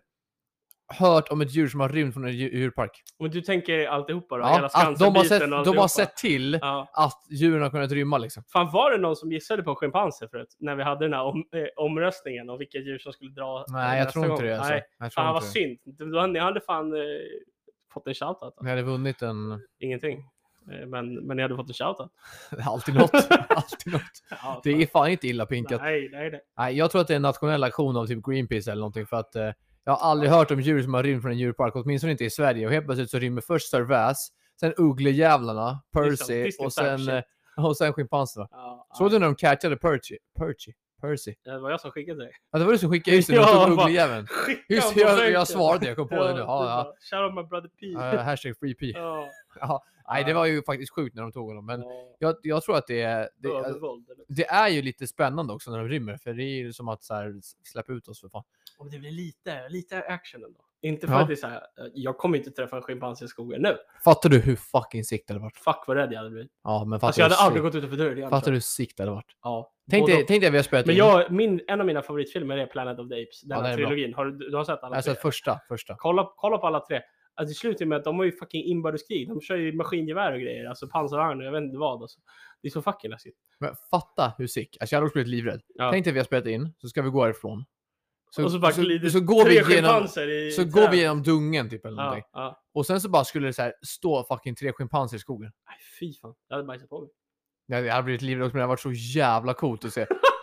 hört om ett djur som har rymt från en djurpark? Men du tänker alltihopa då? Ja, hela att de har sett, de har sett till ja. att djuren har kunnat rymma liksom. Fan, var det någon som gissade på schimpanser förut? När vi hade den här om, eh, omröstningen om vilka djur som skulle dra. Nej, jag tror inte gång. det. Alltså. Nej, jag fan vad synd. Ni hade fan... Eh, fått en shoutout. Ni hade vunnit en... Ingenting. Men, men ni hade fått en shoutout. Alltid något. Alltid något. Ja, det är fan inte illa pinkat. Nej, nej, nej. Nej, jag tror att det är en nationell aktion av typ Greenpeace eller någonting. För att eh, jag har aldrig hört om djur som har rymt från en djurpark. Åtminstone inte i Sverige. Och helt plötsligt så rymmer först Sarvass. Sen ugglejävlarna. Percy. Disney, och sen, eh, och sen schimpanserna. Ja, Såg du när de catchade Percy? Percy? Percy. Det var jag som skickade dig. Ja, det var du som skickade just det. Ja, de tog ugglejäveln. Just jag, jag svarade, jag kom på ja, det nu. Ja, ja. Shout out my brother P. Uh, hashtag free P. Ja. Ja. Nej, det var ju faktiskt sjukt när de tog honom. Men ja. jag, jag tror att det är... Det, Övervåld, det är ju lite spännande också när de rymmer. För det är ju som att så här, släppa ut oss för fan. Och det blir lite, lite action ändå. Inte för ja. att det är så här, jag kommer inte träffa en schimpans i skogen nu. Fattar du hur fucking sikt det hade varit? Fuck vad rädd jag hade blivit. Ja, men fattar alltså, jag hade aldrig gått utanför dörren. Fattar du hur sikt det hade varit? Ja. Tänk dig, tänk dig vi har spelat men in. jag, min, en av mina favoritfilmer är Planet of the Apes. Den ja, här trilogin. Har du, du har sett alla jag tre? Sett första, första. Kolla, kolla på alla tre. Alltså, det slutar med att de har ju fucking inbördeskrig. De kör ju maskingevär och grejer. Alltså pansarvagn och jag vet inte vad. Alltså. Det är så fucking läskigt. Men fatta hur sick. Alltså jag hade också blivit livrädd. Ja. Tänk dig vi har spelat in. Så ska vi gå härifrån. Så, och så, bara så, glider så går vi genom i så går vi genom dungen typ eller ja, någonting. Ja. Och sen så bara skulle det så här stå fucking tre schimpanser i skogen. Nej fy fan. Jag hade bajsat på mig. Ja, jag hade blivit livrädd också, men det hade varit så jävla coolt att se.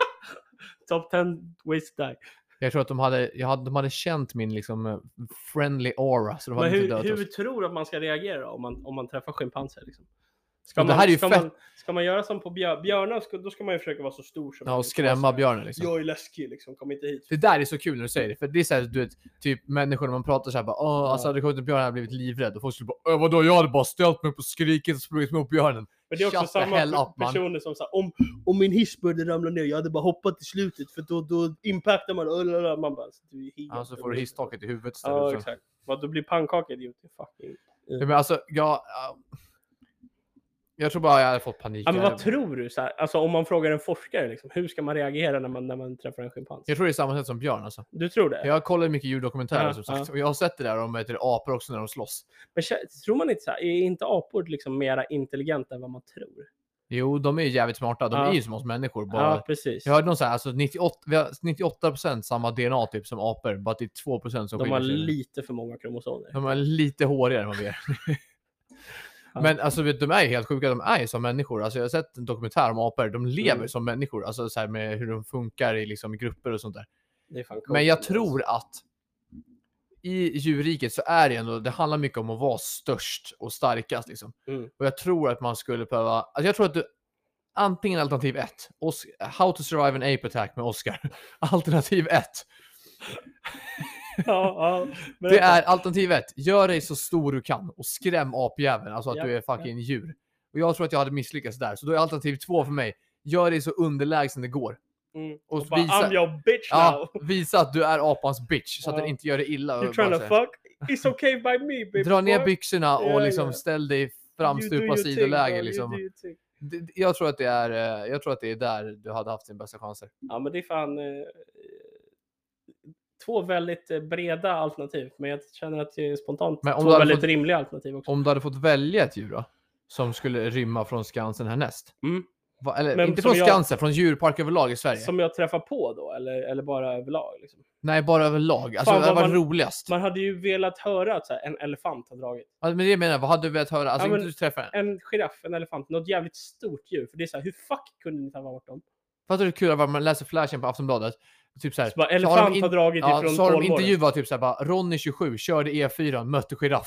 Top ten ways to die. Jag tror att de hade, jag hade, de hade känt min liksom friendly aura. Så de men hade hur, inte dödat hur oss. tror du att man ska reagera om man, om man träffar schimpanser liksom? Ska, det man, här är ju ska, fett. man, ska man göra som på björ, björnar, ska, då ska man ju försöka vara så stor som ja, och skrämma björnen liksom. Jag är läskig liksom, kom inte hit. Det där är så kul när du säger det. För det är så här, du vet, typ människor när man pratar så här bara, åh, alltså hade det kommit en björn hade jag blivit livrädd. Och folk skulle bara, vadå, jag hade bara ställt mig upp och skrikit och sprungit mot björnen. Men det är också Shut samma up, personer som sa om, om min hiss började ramla ner, jag hade bara hoppat i slutet för då, då impactar man och man bara, du är helt. Ja, så får du hisstaket i huvudet istället. Ja, exakt. Vad då blir pannkaka idiot, fucking. Mm. Ja, men alltså, jag jag tror bara jag hade fått panik. Ja, men vad tror du så här? Alltså om man frågar en forskare liksom, hur ska man reagera när man när man träffar en schimpans? Jag tror det är samma sätt som björn alltså. Du tror det? Jag kollar mycket djurdokumentärer ja, som sagt ja. och jag har sett det där om heter apor också när de slåss. Men tror man inte så här, är inte apor liksom mera intelligenta än vad man tror? Jo, de är ju jävligt smarta. De ja. är ju som oss människor. Bara... Ja, precis. Jag hörde någon så här, alltså nittioåtta, vi har nittioåtta procent samma D N A typ som apor, bara att det är två procent som de har sig. lite för många kromosomer. De är lite hårigare än vad vi är. ja. Men alltså vet, de är helt sjuka, de är ju som människor. Alltså jag har sett en dokumentär om apor, de lever mm. som människor. Alltså så här med hur de funkar i liksom grupper och sånt där. Det är fan cool. Men jag tror att i djurriket så är det ändå, det handlar mycket om att vara störst och starkast liksom. Mm. Och jag tror att man skulle behöva, alltså jag tror att du antingen alternativ ett, How to survive an ape attack med Oscar. Alternativ ett. ja, ja, det är alternativ ett. Gör dig så stor du kan och skräm apjäveln, alltså att ja, du är fucking ja. djur. Och jag tror att jag hade misslyckats där. Så då är alternativ två för mig. Gör dig så underlägsen det går. Mm. Och, och bara, visa, I'm your bitch ja, now. Visa att du är apans bitch så att ja. den inte gör det illa. You're trying to fuck? It's okay by me, baby. Dra ner byxorna och yeah, liksom yeah. ställ dig framstupa sidoläge liksom. Det, jag tror att det är jag tror att det är där du hade haft din bästa chanser. Ja, men det är fan eh, två väldigt breda alternativ, men jag känner att det är spontant men två väldigt fått, rimliga alternativ också. Om du hade fått välja ett djur då, som skulle rymma från Skansen härnäst. Mm. Va, eller men inte från Skansen, jag, från djurpark överlag i Sverige. Som jag träffar på då eller eller bara överlag liksom. Nej, bara överlag. Alltså det var man, roligast. Man hade ju velat höra att så här, en elefant har dragit. Ja, men det menar jag, vad hade du velat höra? Alltså ja, inte du träffar en. En giraff, en elefant, något jävligt stort djur. För det är så här, hur fuck kunde ni ta bort dem? Fattar du hur kul att man läser flashen på Aftonbladet? Typ så här. Så bara, elefant har, in, har dragit ja, ifrån så har de intervjuat typ så här, bara Ronny tjugosju körde E fyra, mötte giraff.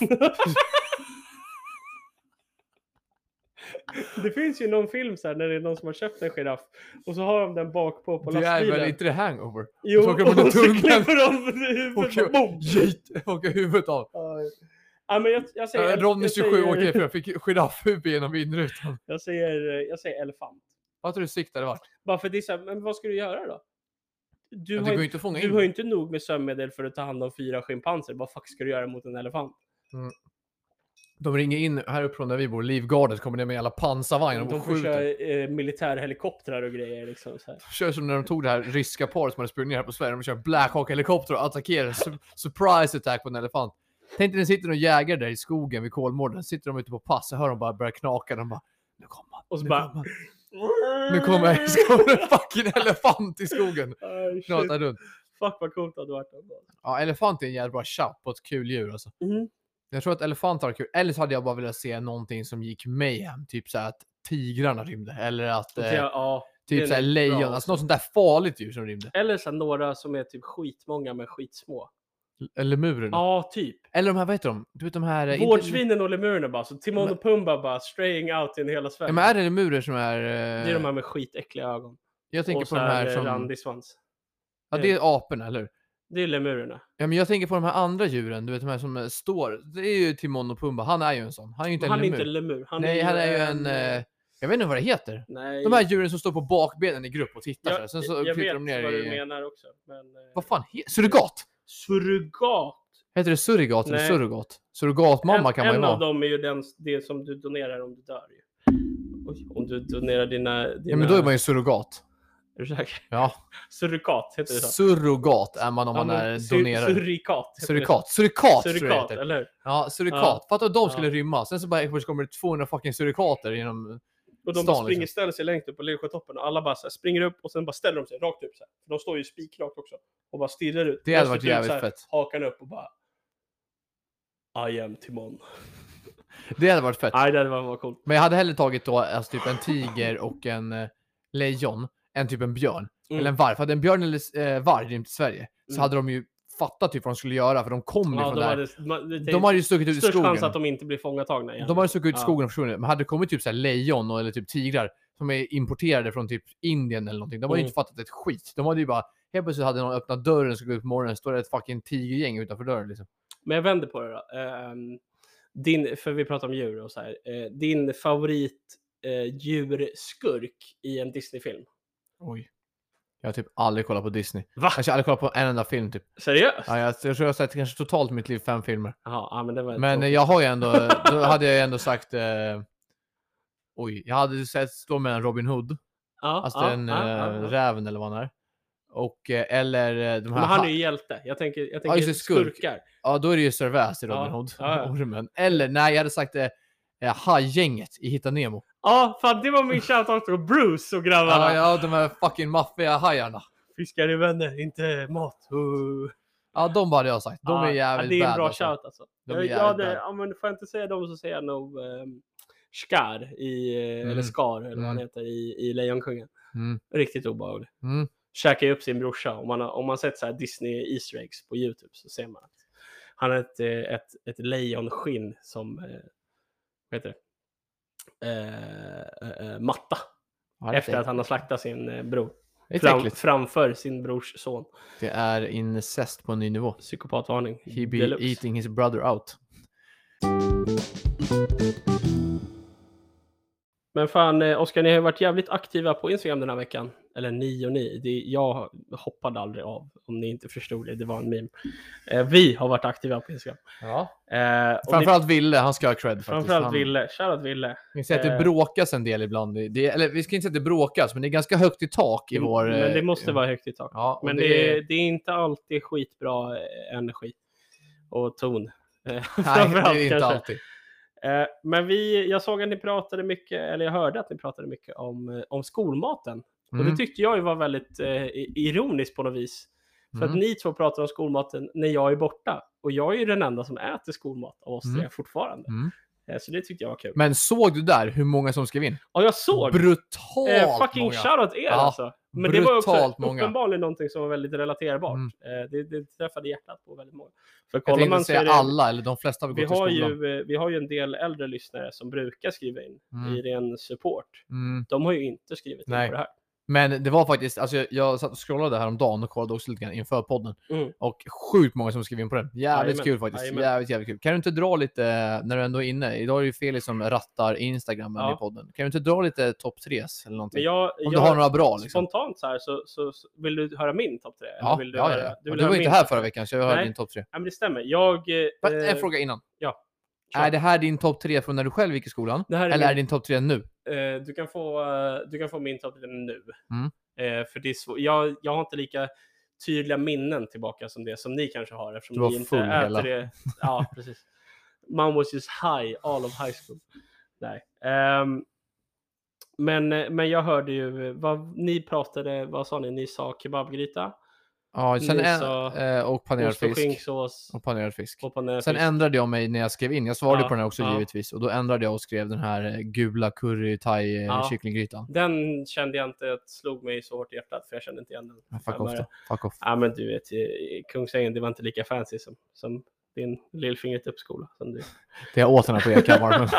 Det finns ju någon film så här, när det är någon som har köpt en giraff och så har de den bak på på lastbilen. Det är väl inte det Hangover? Jo, och, och, och så klipper de huvudet av. Åker huvudet av. Ja, men jag, jag säger... Äh, Ronny tjugosju åker för jag fick giraffhuvud genom vindrutan. Jag säger, jag säger elefant. Vad tror du siktade vart? Bara för det är så här, men vad ska du göra då? Du, ja, har, ju inte du har ju inte nog med sömnmedel för att ta hand om fyra schimpanser. Vad fuck ska du göra mot en elefant? Mm. De ringer in här uppifrån där vi bor. Livgardet kommer ner med alla pansarvagnar och de får köra eh, militärhelikoptrar och grejer liksom så här. Kör som när de tog det här ryska paret som hade sprungit ner här på Sverige. De kör Black Hawk helikopter och attackerar su- surprise attack på en elefant. Tänk dig, det sitter någon jägare där i skogen vid Kolmården. Sitter de ute på pass och hör de bara börja knaka. De bara, nu kommer man. Och så nu bara kommer nu kommer, så kommer en fucking elefant i skogen. Oh, runt. Fuck vad coolt att du varit där. Ja, elefant är en jävla bra shout på ett kul djur alltså. Mm. Jag tror att elefanter var kul. Eller så hade jag bara velat se någonting som gick mig hem. Typ så här att tigrarna rymde. Eller att eh, ja, typ så här lejon. Alltså något sånt där farligt djur som rymde. Eller så här, några som är typ skitmånga men skitsmå. Eller murerna. Ja, typ. Eller de här, vad heter de? Du vet de här... Vårdsvinen inte... och lemurerna bara. Så Timon men... och Pumba bara straying out in hela Sverige. Ja, men är det lemurer som är... Uh... Det är de här med skitäckliga ögon. Jag tänker och på de här som... randig svans. Ja, det är aporna, eller hur? Det är lemurerna. Ja, men jag tänker på de här andra djuren, du vet de här som står. Det är ju Timon och Pumba. Han är ju en sån. Han är ju inte han en lemur. Han är inte en lemur. Han Nej, är han är ju en... en... Uh... Jag vet inte vad det heter. Nej. De här djuren som står på bakbenen i grupp och tittar. Jag, Sen så jag vet de ner vad i... du menar också. Men, vad fan heter surrogat? Surrogat? Heter det surrogat eller surrogat? Surrogatmamma en, kan man ju en vara. En av dem är ju den, det som du donerar om du dör. Ju. Oj, om du donerar dina, dina... Ja, men då är man ju surrogat. Är du säker? Ja. Surrogat heter det så. Surrogat är man om ja, man är sur, donerad. Surrikat. Surrikat. Surrikat, surrikat tror jag heter. Eller? Ja, surrikat. Ja. Fattar att de skulle ja. rymma. Sen så bara kommer det tvåhundra fucking surrikater genom och de stan, bara springer liksom. Ställer sig längst upp på Lillsjötoppen och alla bara så här, springer upp och sen bara ställer de sig rakt upp så här. För de står ju spikrakt också och bara stirrar ut. Det hade varit jävligt här, fett. Hakan upp och bara I am Timon. Det hade varit fett. Nej, det hade varit coolt. Men jag hade hellre tagit då alltså typ en tiger och en eh, lejon än typ en björn. Mm. Eller en varg. För hade en björn eller eh, varg rymt till Sverige mm. så hade de ju fattat typ vad de skulle göra. För de kom ju ja, från de där. Hade, man, det, de hade ju stuckit ut i skogen. Störst chans att de inte blir fångatagna igen. De hade stuckit ut i ja. skogen och försvunnit. Men hade det kommit typ så här lejon och, eller typ tigrar som är importerade från typ Indien eller någonting. De hade ju mm. inte fattat ett skit. De hade ju bara, helt plötsligt hade någon öppnat dörren och skulle gå ut på morgonen. Står det ett fucking tigergäng utanför dörren liksom. Men jag vänder på det då. Um, din, för vi pratar om djur och så här. Uh, din favorit uh, djurskurk i en Disney-film? Oj. Jag har typ aldrig kollat på Disney. Va? Jag har aldrig kollat på en enda film typ. Seriöst? Ja, jag, jag tror jag har sett kanske totalt i mitt liv fem filmer. Aha, ja, men det var men jag har ju ändå, då hade jag ändå sagt eh, oj, jag hade sett stå mellan Robin Hood. Ja, alltså ja, den ja, ja, ja. räven eller vad han är. Och eller de här. Men han är ju hjälte. Jag tänker jag tänker ja, skurk. skurkar. Ja, då är det ju Servais i Robin ja, Hood. Ja, ja. Eller nej, jag hade sagt eh, hajgänget i Hitta Nemo. Ja, fan det var min shoutout till Bruce och grabbarna. Ja, ja, de här fucking maffiga hajarna. Fiskar i vänner, inte mat. Uh. Ja, de bara jag sagt. De ja, är jävligt bad. Det är en bra alltså. shout alltså. De är ja, det, ja, men får jag inte säga dem så säger jag nog um, Skar i, mm. eller Skar eller mm. vad han heter i, i Lejonkungen. Mm. Riktigt obehaglig. Mm. Käkar ju upp sin brorsa. Om man, har, om man sett så här Disney Easter eggs på YouTube så ser man att han har ett, ett, ett lejonskinn som, eh, vad heter det? Eh, eh, matta. Ja, efter att han har slaktat sin eh, bror. Fram, framför sin brors son. Det är incest på en ny nivå. Psykopatvarning. He be Deluxe. Eating his brother out. Men fan, Oskar, ni har varit jävligt aktiva på Instagram den här veckan. Eller ni och ni. Det, jag hoppade aldrig av, om ni inte förstod det. Det var en meme. Eh, vi har varit aktiva på Instagram. Ja. Eh, framförallt ni... Ville, han ska ha cred faktiskt. Framförallt han... Ville, shoutout Ville. Vi säger att det bråkas en del ibland. Det, eller vi ska inte säga att det bråkas, men det är ganska högt i tak i vår... Men det måste vara högt i tak. Ja, men det... Det, det är inte alltid skitbra energi och ton. Nej, det är inte kanske. Alltid. Men vi, jag såg att ni pratade mycket, eller jag hörde att ni pratade mycket om, om skolmaten. Mm. Och det tyckte jag ju var väldigt eh, ironiskt på något vis. För mm. att ni två pratar om skolmaten när jag är borta. Och jag är ju den enda som äter skolmat av oss mm. tre fortfarande. Mm. Eh, så det tyckte jag var kul. Men såg du där hur många som skrev in? Ja, jag såg. Brutalt eh, Fucking många. Shoutout er ja, alltså. Men det var också uppenbarligen någonting som var väldigt relaterbart. Mm. Eh, det, det träffade hjärtat på väldigt många. För jag tänkte man säga det, alla, eller de flesta har vi gått har i skolan. Ju, vi har ju en del äldre lyssnare som brukar skriva in mm. i ren support. Mm. De har ju inte skrivit Nej. in på det här. Men det var faktiskt, alltså jag, jag satt och scrollade här om dagen och kollade också lite grann inför podden. Mm. Och sjukt många som skrev in på den. Jävligt Amen. Kul faktiskt. Amen. Jävligt, jävligt kul. Kan du inte dra lite, när du ändå är inne? Idag är det ju Felix som rattar Instagram ja. I podden. Kan du inte dra lite topp tre eller någonting? Jag, om jag, du har några bra liksom. Spontant så här så, så, så vill du höra min topp tre? Ja, vill du ja, höra, ja. Du, vill du var inte här förra veckan så jag hörde din topp tre. Ja, men det stämmer. Jag, eh, en fråga innan. Ja. Klar. Är det här din topp tre från när du själv gick i skolan? Är eller min... är det din topp tre nu? Uh, du, kan få, uh, du kan få min topp tre nu. Mm. Uh, för det är svår... jag, jag har inte lika tydliga minnen tillbaka som det som ni kanske har. Eftersom du var ni inte full äter hela. Det. Ja, precis. Man was just high all of high school. Nej. Um, men, men jag hörde ju vad ni pratade, vad sa ni? Ni sa kebabgryta. Ja, sen Nisa, en, och panerad ost och fisk. skinksås. Och panerad fisk. Och panerad sen fisk. ändrade jag mig när jag skrev in. Jag svarade ja, på den här också ja. givetvis. Och då ändrade jag och skrev den här gula curry thai ja. kycklinggrytan. Den kände jag inte att slog mig så hårt i hjärtat. För jag kände inte igen den. Ja, fuck, off då. Fuck off. Ja, men du vet, Kungsängen, det var inte lika fancy som, som din lillfingret upp-skola. Som du. Det jag åt den här på Ekhammar.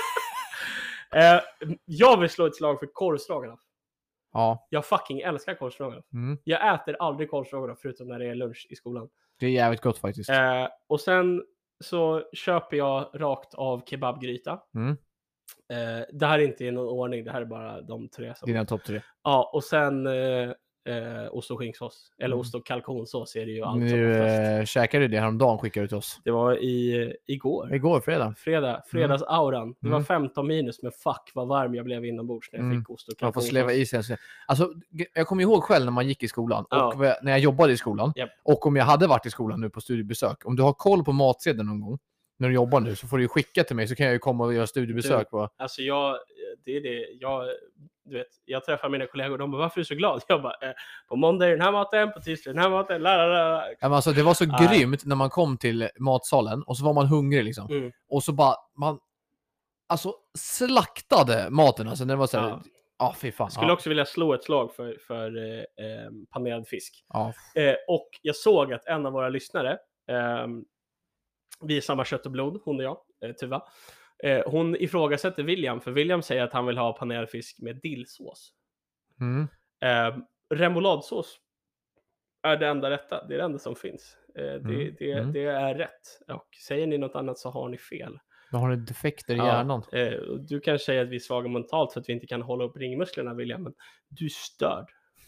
eh, jag vill slå ett slag för korvstroganoff. Ja. Jag fucking älskar korvstroganoff. Mm. Jag äter aldrig korvstroganoff förutom när det är lunch i skolan. Det är jävligt gott faktiskt. Eh, och sen så köper jag rakt av kebabgryta. Mm. Eh, det här är inte i någon ordning, det här är bara de tre som... Dina topp tre. Ja, och sen eh, eh, ost och skinksås. Eller Mm. ost och kalkonsås är det ju allt nu, som eh, käkade du det häromdagen, skickade du till oss? Det var i, igår. Igår, fredag. Fredag, fredagsauran. Mm. Det var Mm. femton minus, men fuck vad varm jag blev inombords när jag Mm. fick ost och Man får kalkonsås. sleva i sig. Alltså, jag kommer ihåg själv när man gick i skolan och Ja. när jag jobbade i skolan. Yep. Och om jag hade varit i skolan nu på studiebesök. Om du har koll på matsedeln någon gång när du jobbar nu så får du ju skicka till mig så kan jag ju komma och göra studiebesök. Du, på. Alltså jag, det är det, jag, du vet, jag träffar mina kollegor och de bara, varför är du så glad? Jag bara, eh, på måndag är den här maten, på tisdag är den här maten, la, la, la. Ja, men alltså, det var så Ah. grymt när man kom till matsalen och så var man hungrig liksom. Mm. Och så bara, man alltså slaktade maten. Alltså det var så här, ja, Ja. ah, fy fan. Jag skulle ja. också vilja slå ett slag för, för eh, eh, panerad fisk. Ja. Eh, och jag såg att en av våra lyssnare, eh, vi är samma kött och blod, hon och jag, eh, Tuva. Eh, hon ifrågasätter William, för William säger att han vill ha panerad fisk med dillsås. Mm. Eh, remouladsås är det enda rätta, det är det enda som finns. Eh, det, Mm. det, Mm. det är rätt. Och säger ni något annat så har ni fel. Då har ni defekter i Ja, hjärnan. eh, och du kan säga att vi är svaga mentalt för att vi inte kan hålla upp ringmusklerna, William, men du är störd.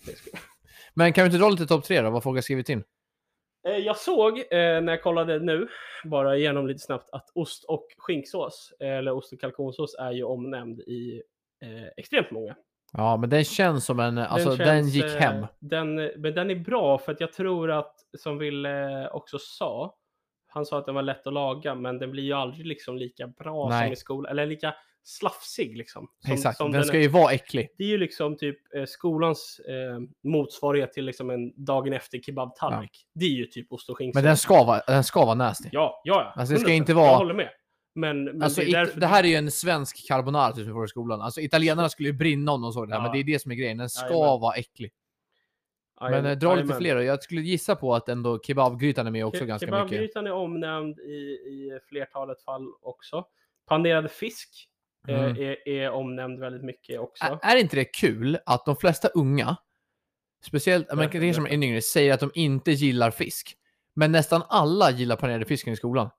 Men kan vi inte dra lite topp tre då, vad folk har skrivit in? Eh, jag såg eh, när jag kollade nu, bara igenom lite snabbt, att ost och skinksås, eh, eller ost och kalkonsås, är ju omnämnd i eh, extremt många. Ja, men den känns som en, alltså den, känns, gick hem. Eh, den, men den är bra för att jag tror att, som Ville också sa, han sa att den var lätt att laga, men den blir ju aldrig liksom lika bra Nej. som i skolan, eller lika slafsig liksom. Som, Exakt, som den, den ska är. ju vara äcklig. Det är ju liksom typ eh, skolans eh, motsvarighet till liksom en dagen efter kebabtallrik. Ja. Det är ju typ ost och skinksås. Men den ska vara, den ska vara nasty. Ja, ja. Alltså det ska inte vara... Jag håller med. Men, men alltså, det, är därför det här är ju en svensk carbonara typ, för skolan. Alltså italienarna skulle ju brinna om de såg det här, Ja. men det är det som är grejen. Den ska Jajamän. vara äcklig. Jajamän. Men äh, dra lite Jajamän. fler. Jag skulle gissa på att ändå kebabgrytan är med också Ke- ganska mycket. Kebabgrytan är omnämnd i, i flertalet fall också. Panerad fisk eh, Mm. är, är omnämnd väldigt mycket också. Ä- är inte det kul att de flesta unga, speciellt Berätta, amerikaner som är berätta. yngre, säger att de inte gillar fisk? Men nästan alla gillar panerade fisken i skolan.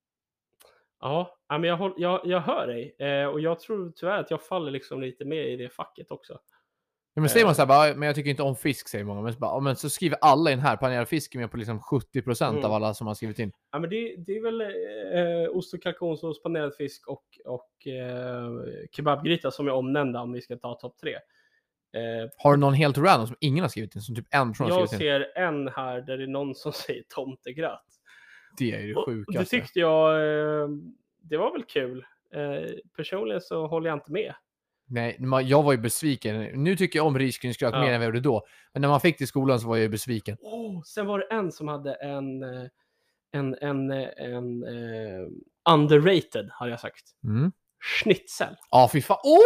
Ja, ja, men jag, håll, jag, jag hör dig. Eh, och jag tror tyvärr att jag faller liksom lite med i det facket också. Ja, men säger man så här, bara, men jag tycker inte om fisk, säger många. Men så, bara, ja, men så skriver alla in här, panerad fisk är med på liksom sjuttio procent Mm. av alla som har skrivit in. Ja, men det, det är väl eh, ost och kalkonsås, panerad fisk och, och eh, kebabgryta som är omnämnda om vi ska ta topp tre. Eh, Har du någon helt random som ingen har skrivit in? Som typ en person har jag skrivit in? ser en här där det är någon som säger tomtegröt. Det är ju det Och sjukaste. det tyckte jag, eh, det var väl kul. Eh, personligen så håller jag inte med. Nej, man- jag var ju besviken. Nu tycker jag om risgrynsgröt Ja. mer än vad jag gjorde då. Men när man fick det i skolan så var jag ju besviken. Oh, sen var det en som hade en, eh, en, en, eh, en uh, underrated, har jag sagt. Mm. Schnitzel. Ja, fy fan. Oh!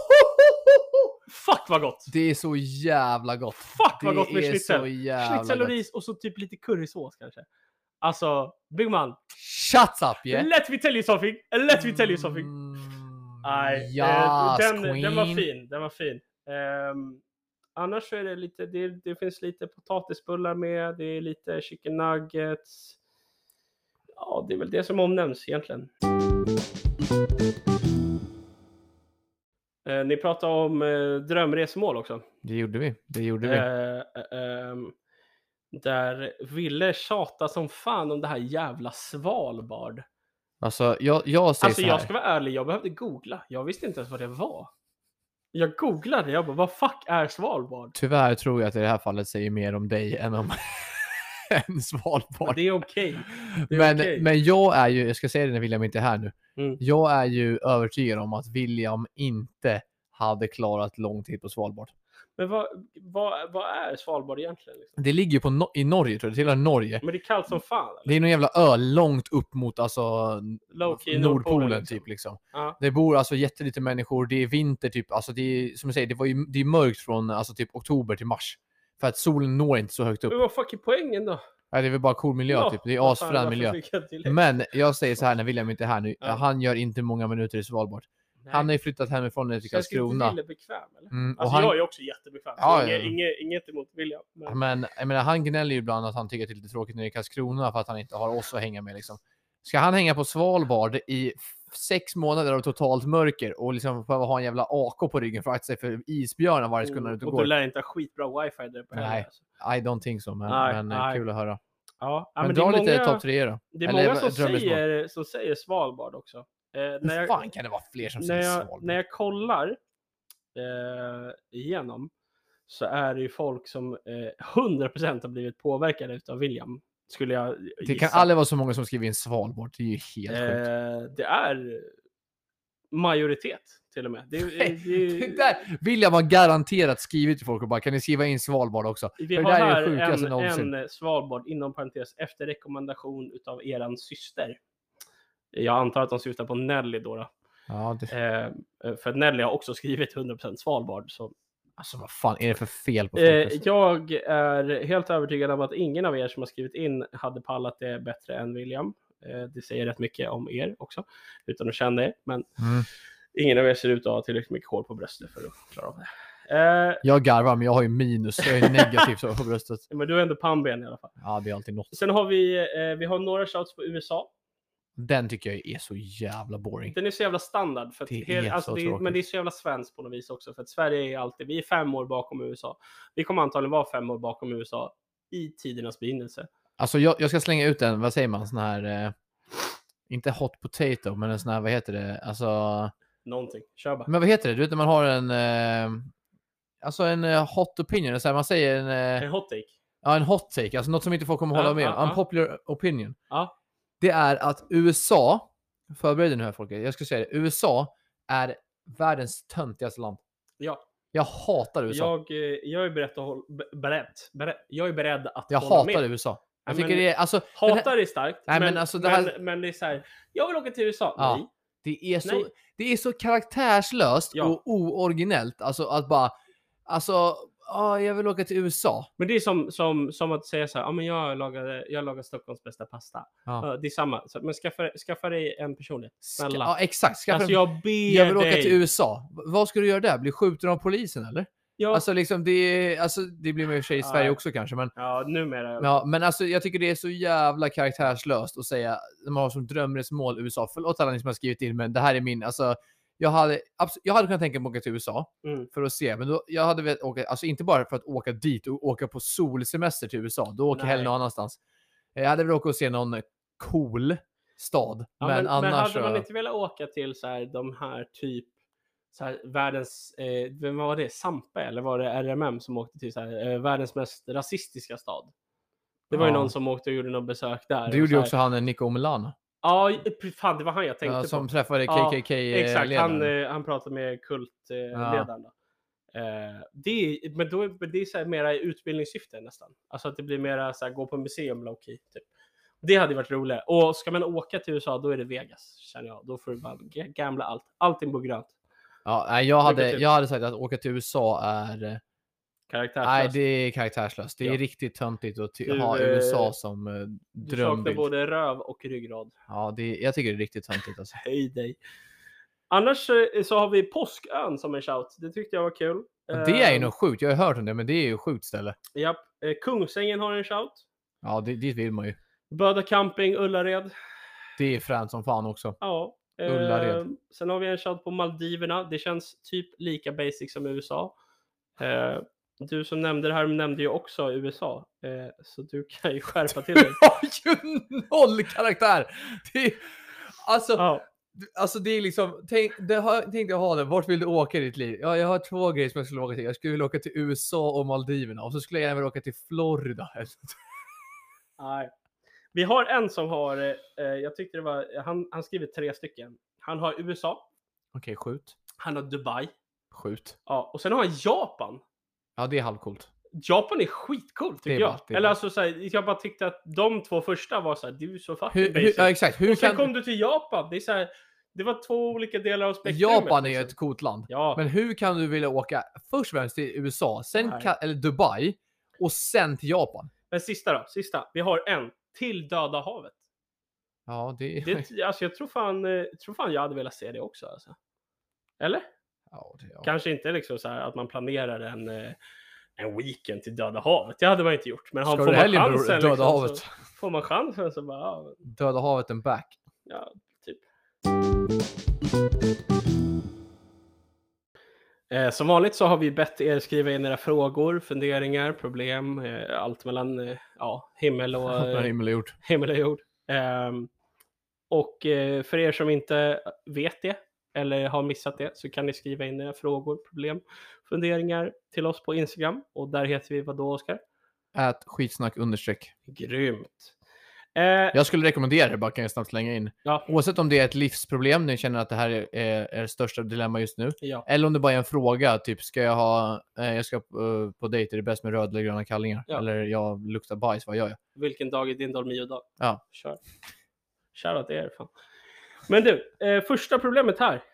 Fuck vad gott! Det är så jävla gott. Fuck vad det gott med är schnitzel. så jävla Schnitzel och gott. ris och så typ lite currysås kanske. Alltså, big man. Shut up, yeah. Let me tell you something. Let me tell you something. Mm. Nej, Yes, eh, den, queen. den var fin. Den var fin. Um, annars så är det lite, det, det finns lite potatisbullar med, det är lite chicken nuggets. Ja, det är väl det som omnämns egentligen. Uh, ni pratade om uh, drömresmål också. Det gjorde vi. Det gjorde vi. Uh, uh, um, där ville tjata som fan om det här jävla Svalbard. Alltså, jag, jag säger Alltså så här. jag ska vara ärlig, jag behövde googla. Jag visste inte ens vad det var. Jag googlade, jag bara, vad fuck är Svalbard? Tyvärr tror jag att i det här fallet säger mer om dig än om en Svalbard. Men det är okej. Det är Men, okej. men jag är ju, jag ska säga det när William inte är här nu. Mm. Jag är ju övertygad om att William inte hade klarat lång tid på Svalbard. Men vad, vad, vad är Svalbard egentligen? Liksom? Det ligger ju på no- i Norge, tror jag. Det tillhör Norge. Men det är kallt som fan. Eller? Det är någon jävla ö långt upp mot alltså Low-key, Nordpolen, Nordpolen liksom. typ liksom. Ja. Det bor alltså jättelite människor. Det är vinter typ. Alltså det är, som jag säger, det var ju det är mörkt från alltså typ oktober till mars. För att solen når inte så högt upp. Men vad fuck är poängen då? Ja, det är väl bara cool miljö Ja, typ. Det är asfrän miljö. Men jag säger så här när William inte är här nu. Ja. Han gör inte många minuter i Svalbard. Nej. Han har ju flyttat hemifrån till Karlskrona. Känns inte bekväm eller? Mm, alltså han... jag är också jättebekväm. Ja, inget, ja. inget, inget emot William. Men... men jag menar, han gnäller ju ibland att han tycker att det är lite tråkigt när det är Karlskrona för att han inte har oss att hänga med liksom. Ska han hänga på Svalbard i sex månader av totalt mörker och liksom behöva ha en jävla A K på ryggen för att sig för isbjörnar varje sekund när du går. Och du lär inte ha skitbra wifi där på. Nej, alltså. I don't think so, men, nej, men nej. Kul att höra. Ja, men, men dra det är lite många, topp tre då. Det är Eller, många som säger, som säger Svalbard också. Eh, när jag, fan kan det vara fler som när säger jag, Svalbard? När jag kollar eh, igenom så är det ju folk som eh, hundra procent har blivit påverkade av William. Skulle jag gissa. Det kan aldrig vara så många som skriver in Svalbard. Det är ju helt eh, sjukt. Det är majoritet till och med. Det, det, det, det där, William har garanterat skrivit till folk och bara, kan ni skriva in Svalbard också? Vi har här en, en Svalbard inom parentes efter rekommendation utav eran syster. Jag antar att de syftar på Nelly då. då. Ja, det... eh, för Nelly har också skrivit hundra procent Svalbard. Så... Alltså vad fan är det för fel på folk? Eh, jag är helt övertygad om att ingen av er som har skrivit in hade pallat det bättre än William. Eh, det säger rätt mycket om er också, utan att känna er. Men mm. ingen av er ser ut att ha tillräckligt mycket hår på bröstet för att klara av det. Eh, jag garvar, men jag har ju minus. Jag är negativ på bröstet. Men du har ändå pannben i alla fall. Ja, det är alltid något. Sen har vi, eh, vi har några shouts på U S A. Den tycker jag är så jävla boring. Den är så jävla standard. För att det hel, är alltså så det är, men det är så jävla svenskt på något vis också. För att Sverige är alltid, vi är fem år bakom U S A. Vi kommer antagligen vara fem år bakom U S A i tidernas begynnelse. Alltså jag, jag ska slänga ut en, vad säger man, sån här, eh, inte hot potato, men en sån här, vad heter det, alltså... Någonting, kör bara. Men vad heter det, du vet när man har en, eh, alltså en eh, hot opinion, så här, man säger en... Eh, en hot take? Ja, en hot take, alltså något som inte folk kommer hålla ja, med om. ja, Unpopular ja. opinion. Ja. Det är att U S A, förbered nu här folket, jag ska säga det, U S A är världens töntigaste land. Ja. Jag hatar U S A. Jag, jag är beredd att hålla, beredd, beredd, jag är beredd att jag hålla hatar med. U S A. Jag ja, tycker men, det är, alltså... Hatar här, är starkt, nej, men, men, alltså det här, men, men det är så här, jag vill åka till U S A. Ja, nej. Det är, så, nej. det är så karaktärslöst ja. och ooriginellt. Alltså att bara, alltså... Ja, jag vill åka till U S A. Men det är som, som, som att säga så här, ja men jag lagar, jag lagar Stockholms bästa pasta. Ja. Det är samma. Så, men skaffa, skaffa dig en personlighet. Snälla. Ja, exakt. Skaffa alltså en... jag ber Jag vill åka dig. till U S A. Vad ska du göra där? Bli skjuten av polisen eller? Ja. Alltså liksom det, alltså det blir man i och för sig i ja. Sverige också kanske. Men, ja, numera. Ja, men alltså jag tycker det är så jävla karaktärslöst att säga, när man har som drömresmål U S A. Förlåt alla ni som har skrivit in, men det här är min, alltså Jag hade, jag hade kunnat tänka mig att åka till U S A mm. för att se, men då, jag hade velat åka, alltså inte bara för att åka dit och åka på solsemester till U S A, då åker jag hellre någon annanstans. Jag hade velat åka och se någon cool stad, ja, men, men annars... Men hade så... man inte velat åka till så här, de här typ så här, världens, eh, vem var det? Sampa eller var det R M M som åkte till så här, eh, världens mest rasistiska stad? Det var ja. ju någon som åkte och gjorde något besök där. Det gjorde ju här... också han, Nico Milano. Ja, fan, det var han jag tänkte ja, på. Som träffade K K K-ledaren. Ja, exakt, han, han pratade med kultledaren. Ja. Eh, det är, men då är det är så här mera i utbildningssyfte nästan. Alltså att det blir mera så här, gå på museum low-key, typ. Det hade varit roligt. Och ska man åka till U S A, då är det Vegas, känner jag. Då får du bara gamla allt. Allting på grönt. Ja, jag hade, jag hade sagt att åka till U S A är... Karaktärslöst. Nej, det är karaktärslöst. Det är ja. riktigt töntigt att ty- ha U S A som eh, drömbild. Du saknar både röv och ryggrad. Ja, det, jag tycker det är riktigt töntigt. Alltså. Hej dig. Annars så har vi Påskön som en shout. Det tyckte jag var kul. Ja, det är ju något sjukt. Jag har hört om det, men det är ju sjukt ställe. Japp. Kungsängen har en shout. Ja, det, dit vill man ju. Böda camping, Ullared. Det är fränt som fan också. Ja. Ullared. Eh, sen har vi en shout på Maldiverna. Det känns typ lika basic som U S A. Eh, du som nämnde det här nämnde ju också U S A. Eh, så du kan ju skärpa till dig. Du har ju noll karaktär! Det är, alltså, ja. alltså det är liksom, tänk, det har, tänkte jag ha det. Vart vill du åka i ditt liv? Ja, jag har två grejer som jag skulle åka till. Jag skulle vilja åka till U S A och Maldiverna. Och så skulle jag gärna vilja åka till Florida. Nej. Vi har en som har, eh, jag tyckte det var, han, han skriver tre stycken. Han har U S A. Okej, okay, skjut. Han har Dubai. Skjut. Ja, och sen har han Japan. Ja, det är halvcoolt. Japan är skitcoolt tycker är jag. bra, det är Eller bra. alltså så här, jag bara tyckte att de två första var så här, du är så fucking Hur, hur, basic. ja, exakt. Hur och sen kan... kom du till Japan. Det är så här, det var två olika delar av spektrumet. Japan är ju liksom. ett coolt land. Ja. Men hur kan du vilja åka först och främst till U S A, sen Nej. ka- eller Dubai och sen till Japan? Men sista då, sista. Vi har en till Döda havet. Ja, det är... Det, alltså jag tror fan, eh, tror fan jag hade velat se det också alltså. Eller? Ja, det, ja. Kanske inte liksom så här att man planerar en, eh, en weekend till Döda havet. Det hade man inte gjort. Men Ska får du man helgen, chansen Döda liksom, havet? så får man chansen så bara ja, Döda havet and back. ja typ. Eh, som vanligt så har vi bett er skriva in era frågor, funderingar, problem, eh, allt mellan eh, ja, himmel och eh, Himmel och jord. himmel och jord. Um, och uh, för er som inte vet det eller har missat det så kan ni skriva in era frågor, problem, funderingar till oss på Instagram. Och där heter vi vadå, Oskar? Ät skitsnack understreck. Grymt. Uh, Jag skulle rekommendera det, bara kan jag snabbt slänga in. ja, Oavsett om det är ett livsproblem, ni känner att det här är, är, är det största dilemma just nu. ja, Eller om det bara är en fråga, typ ska jag ha, eh, jag ska uh, på dejt, är det bäst med röda eller gröna kallingar? Ja. Eller jag luktar bajs, vad gör jag? vilken dag är din Dolmio-dag? Ja. Kör. Shoutout till er, fan. Men du, eh, första problemet här.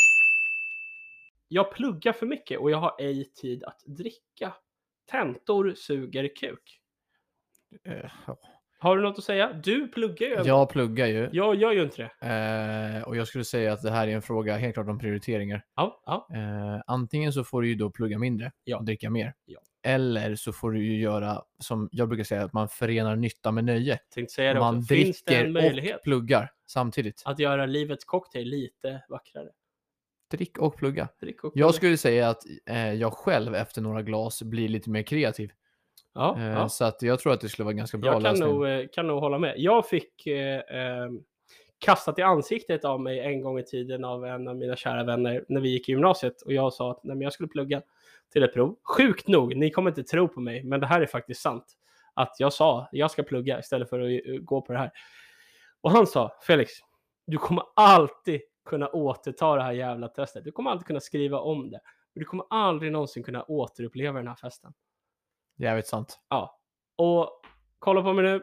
Jag pluggar för mycket och jag har ej tid att dricka. Tentor suger kuk. Uh, ja. Har du något att säga? Du pluggar ju. Jag pluggar ju. Jag gör ju inte det. Eh, och jag skulle säga att det här är en fråga helt klart om prioriteringar. Ja, ja. Eh, antingen så får du ju då plugga mindre Ja. och dricka mer. Ja. Eller så får du ju göra, som jag brukar säga, att man förenar nytta med nöje. Tänkte säga det Man också. Finns det en dricker möjlighet och pluggar samtidigt. att göra livets cocktail lite vackrare? Drick och plugga. Drick och Jag plugga. skulle säga att eh, jag själv efter några glas blir lite mer kreativ. Ja, Eh, ja. Så att jag tror att det skulle vara ganska bra Jag kan lösning. nog, eh, kan nog hålla med. Jag fick eh, eh, kastat i ansiktet av mig en gång i tiden av en av mina kära vänner när vi gick i gymnasiet. Och jag sa att nej, men jag skulle plugga till ett prov. Sjukt nog, ni kommer inte tro på mig, men det här är faktiskt sant. Att jag sa, jag ska plugga istället för att uh, gå på det här. Och han sa, Felix, du kommer alltid kunna återta det här jävla testet. Du kommer alltid kunna skriva om det. Men du kommer aldrig någonsin kunna återuppleva den här festen. Jävligt sant. Ja. Och kolla på mig nu.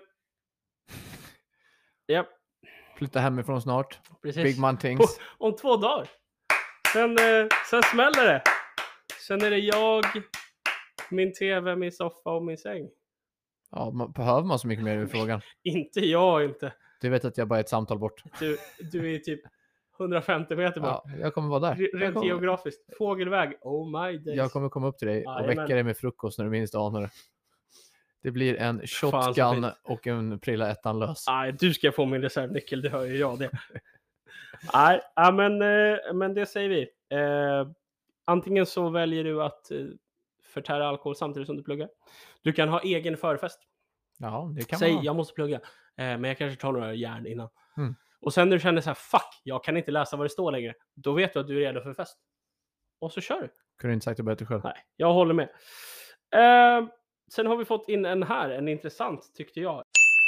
Japp. Flytta hemifrån snart. Precis. Big man things. På, om två dagar. Sen, eh, sen smäller det. Sen är det jag, min tv, min soffa och min säng. Ja, man, behöver man så mycket mer i frågan? Inte jag inte. Du vet att jag bara är ett samtal bort. Du, du är typ hundrafemtio meter bort. Ja, jag kommer vara där. Rent Jag kommer, geografiskt. Fågelväg. Oh my days. jag kommer komma upp till dig och Jajamän. väcka dig med frukost när du minst anar det. Det blir en Fan, så shotgun fint. och en prilla ettan lös. Nej, du ska få min reservnyckel, det hör ju jag det. Nej, ja, men, eh, men det säger vi. Eh, antingen så väljer du att eh, förtära alkohol samtidigt som du pluggar. Du kan ha egen förfest. Ja, det kan Säg, man ha. jag måste plugga, eh, men jag kanske tar några järn innan. Mm. Och sen när du känner så här, fuck, jag kan inte läsa vad det står längre. Då vet du att du är redo för fest. Och så kör du. Kunde inte sagt det bättre själv. Nej, jag håller med. Eh, sen har vi fått in en här, en intressant tyckte jag.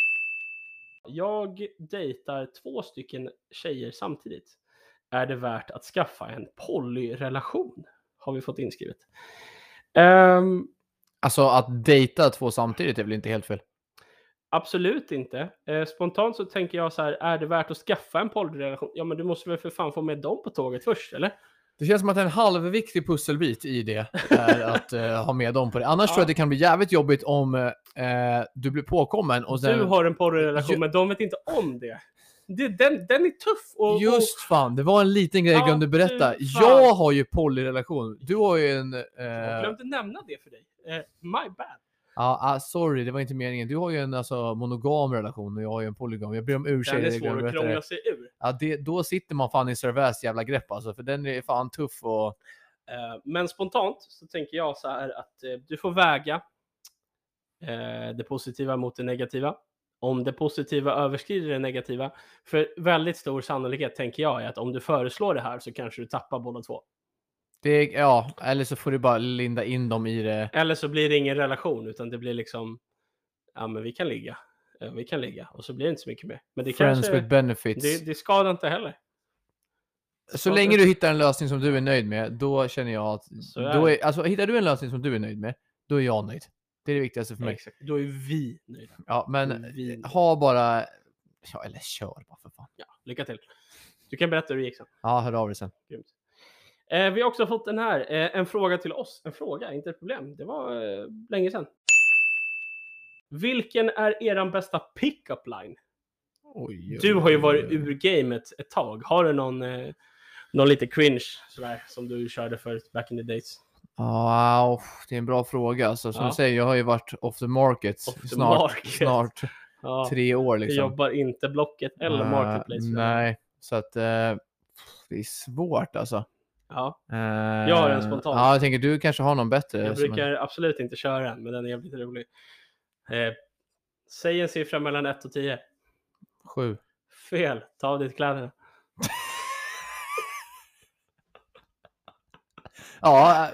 Jag dejtar två stycken tjejer samtidigt. Är det värt att skaffa en polyrelation? Har vi fått inskrivet. Um, Alltså att dejta två samtidigt är väl inte helt fel? absolut inte. Eh, spontant så tänker jag så här, är det värt att skaffa en polyrelation? Ja, men du måste väl för fan få med dem på tåget först, eller? Det känns som att en halvviktig pusselbit i det är att uh, ha med dem på det. Annars Ja. tror jag att det kan bli jävligt jobbigt om uh, du blir påkommen och sen... Du har en polyrelation, Ju- men de vet inte om det. det den, den är tuff. Och, Just fan, det var en liten grej jag Ja, glömde berätta. fy fan. Jag har ju polyrelation. Du har ju en... och, jag Uh, glömde nämna det för dig. Eh, my bad. ja, ah, sorry, det var inte meningen. Du har ju en alltså, monogam relation och jag har ju en polygam. Jag ber om ursäkt. Den är jag glömde svår att berätta det. krångla sig ur. Ja, det, då sitter man fan i Servais jävla grepp alltså, för den är fan tuff och... Eh, men spontant så tänker jag så här att eh, du får väga eh, det positiva mot det negativa. Om det positiva överskrider det negativa. För väldigt stor sannolikhet tänker jag är att om du föreslår det här så kanske du tappar båda två. Det är, ja, eller så får du bara linda in dem i det. Eller så blir det ingen relation utan det blir liksom, ja men vi kan ligga. Eh, vi kan ligga och så blir det inte så mycket mer. Men det Friends kanske, with benefits. det, det skadar inte heller. Så länge du hittar en lösning som du är nöjd med, då känner jag att... Är då är, alltså, hittar du en lösning som du är nöjd med, då är jag nöjd. Det är det viktigaste för mig. Exakt. Då är vi nöjda. Ja, men ha bara... Ja, eller kör bara för fan. Ja, lycka till. Du kan berätta hur det gick sen. Ja, hör av dig sen. Eh, vi har också fått den här. Eh, en fråga till oss. En fråga, inte ett problem. Det var eh, länge sedan. Vilken är eran bästa pick-up line? Oj, oj, du har ju varit ur gamet ett tag. Har du någon, eh, någon lite cringe sådär, som du körde för back in the days? Ja, wow, det är en bra fråga. Alltså, som ja. du säger, jag har ju varit off the market off the snart, market. snart ja. tre år. Liksom. Jag jobbar inte Blocket eller uh, Marketplace. Nej, så att uh, det är svårt alltså. Ja, uh, jag har en spontan. Ja, jag tänker du kanske har någon bättre. Jag brukar en... absolut inte köra den, men den är jävligt rolig. Eh, säg en siffra mellan ett och tio. Sju. Fel, ta av ditt kläder. Ja,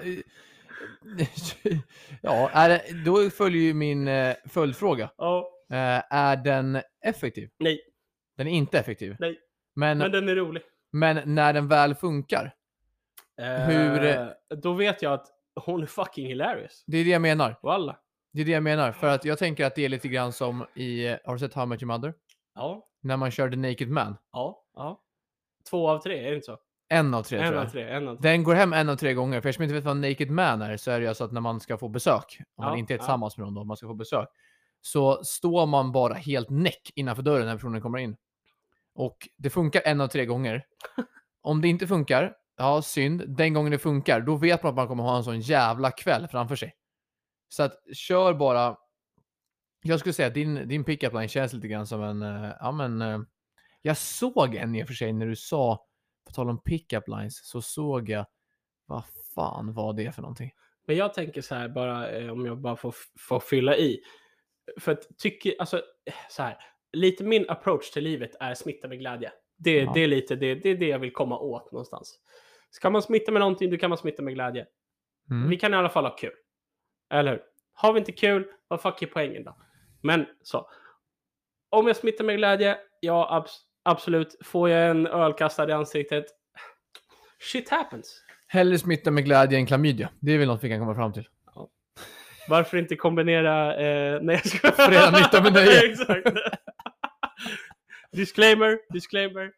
ja är det, då följer ju min uh, följdfråga. Oh. Uh, är den effektiv? Nej. Den är inte effektiv? Nej, men, men den är rolig. Men när den väl funkar? Uh, hur... Då vet jag att hon är fucking hilarious. Det är det jag menar. Walla. Det är det jag menar. För att jag tänker att det är lite grann som i... Har du sett How I Met Your Mother? Ja. När man körde Naked Man. Ja, ja. Två av tre, är det inte så? En av tre, en tror jag. Av tre, en av tre. Den går hem en av tre gånger. För jag som inte vet vad Naked Man är, så är det ju alltså att när man ska få besök, om ja, man inte är tillsammans ja. med någon då, man ska få besök, så står man bara helt näck innanför dörren när personen kommer in. Och det funkar en av tre gånger. Om det inte funkar, ja, synd. Den gången det funkar, då vet man att man kommer ha en sån jävla kväll framför sig. Så att kör bara... Jag skulle säga att din, din pick-up line känns lite grann som en... Uh, ja, men... Uh, jag såg en i och för sig när du sa, på tal om pick-up lines, så såg jag... Vad fan var det för någonting? Men jag tänker så här, bara eh, om jag bara får, får fylla i. För att tycker... Alltså, så här... Lite min approach till livet är smitta med glädje. Det, ja. det, är lite, det, det är det jag vill komma åt någonstans. Ska man smitta med någonting, då kan man smitta med glädje. Mm. Vi kan i alla fall ha kul. Eller hur? Har vi inte kul, vad fuck är poängen då? Men så. Om jag smittar med glädje, ja abs- absolut. Får jag en öl kastad i ansiktet, shit happens. Hellre smitta med glädje än klamydia. Det är väl något vi kan komma fram till. Ja. Varför inte kombinera... Eh, nej, jag ska... Fredag nytta med nöje. Exakt. Disclaimer, disclaimer.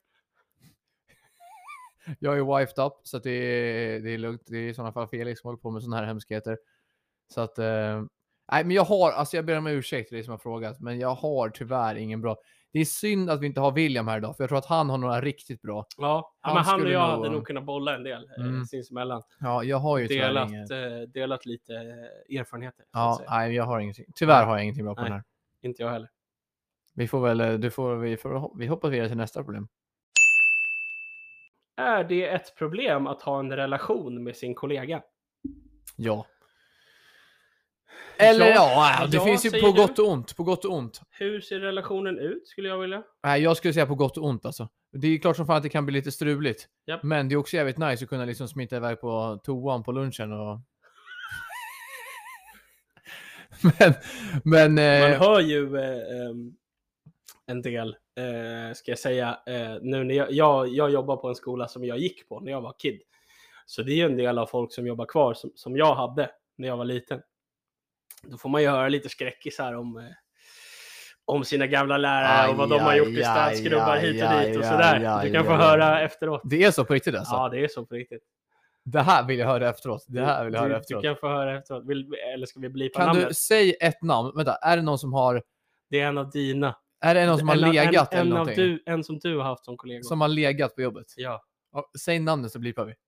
Jag är wifed up, så att det, är, det är lugnt. Det är i sådana fall Felix som håller på med sådana här hemskheter. Så att... Eh, nej, men jag har... Alltså jag ber om ursäkt till dig som har frågat. Men jag har tyvärr ingen bra... Det är synd att vi inte har William här idag. För jag tror att han har några riktigt bra. Ja, han, men han och jag nog... hade nog kunnat bolla en del mm. eh, sinsemellan. Ja, jag har ju delat, inget... eh, delat lite erfarenheter. Ja, nej, jag har ingenting. Tyvärr nej. har jag ingenting bra på nej, den här. Inte jag heller. Vi får väl... Du får, vi, får, vi hoppas vidare till nästa problem. Är det ett problem att ha en relation med sin kollega? Ja. Eller ja, ja det ja, finns ju på gott och ont. På gott och ont. Hur ser relationen ut, skulle jag vilja? Nej, jag skulle säga på gott och ont alltså. Det är klart som fan att det kan bli lite struligt. Yep. Men det är också jävligt nice att kunna liksom smita iväg på toan på lunchen och... men... men Man eh... hör ju eh, um, en del, eh, ska jag säga, eh, nu när jag, jag, jag jobbar på en skola som jag gick på när jag var kid. Så det är ju en del av folk som jobbar kvar som, som jag hade när jag var liten. Då får man ju höra lite skräckisar om, eh, om sina gamla lärare aj, och vad de har gjort aj, i städskrubbar aj, hit och dit och sådär. Aj, aj, du kan aj, få aj, höra aj. efteråt. Det är så på riktigt alltså? Ja, det är så på riktigt. Det här vill jag höra efteråt. Det här vill jag du, höra efteråt. Du kan få höra efteråt. Vill, eller ska vi blipa kan namnet? Kan du säga ett namn? Vänta, är det någon som har... Det är en av dina. Är det någon som en, har legat en, eller en någonting? Av du, en som du har haft som kollega. Som har legat på jobbet? Ja. ja säg namnet så blipar vi.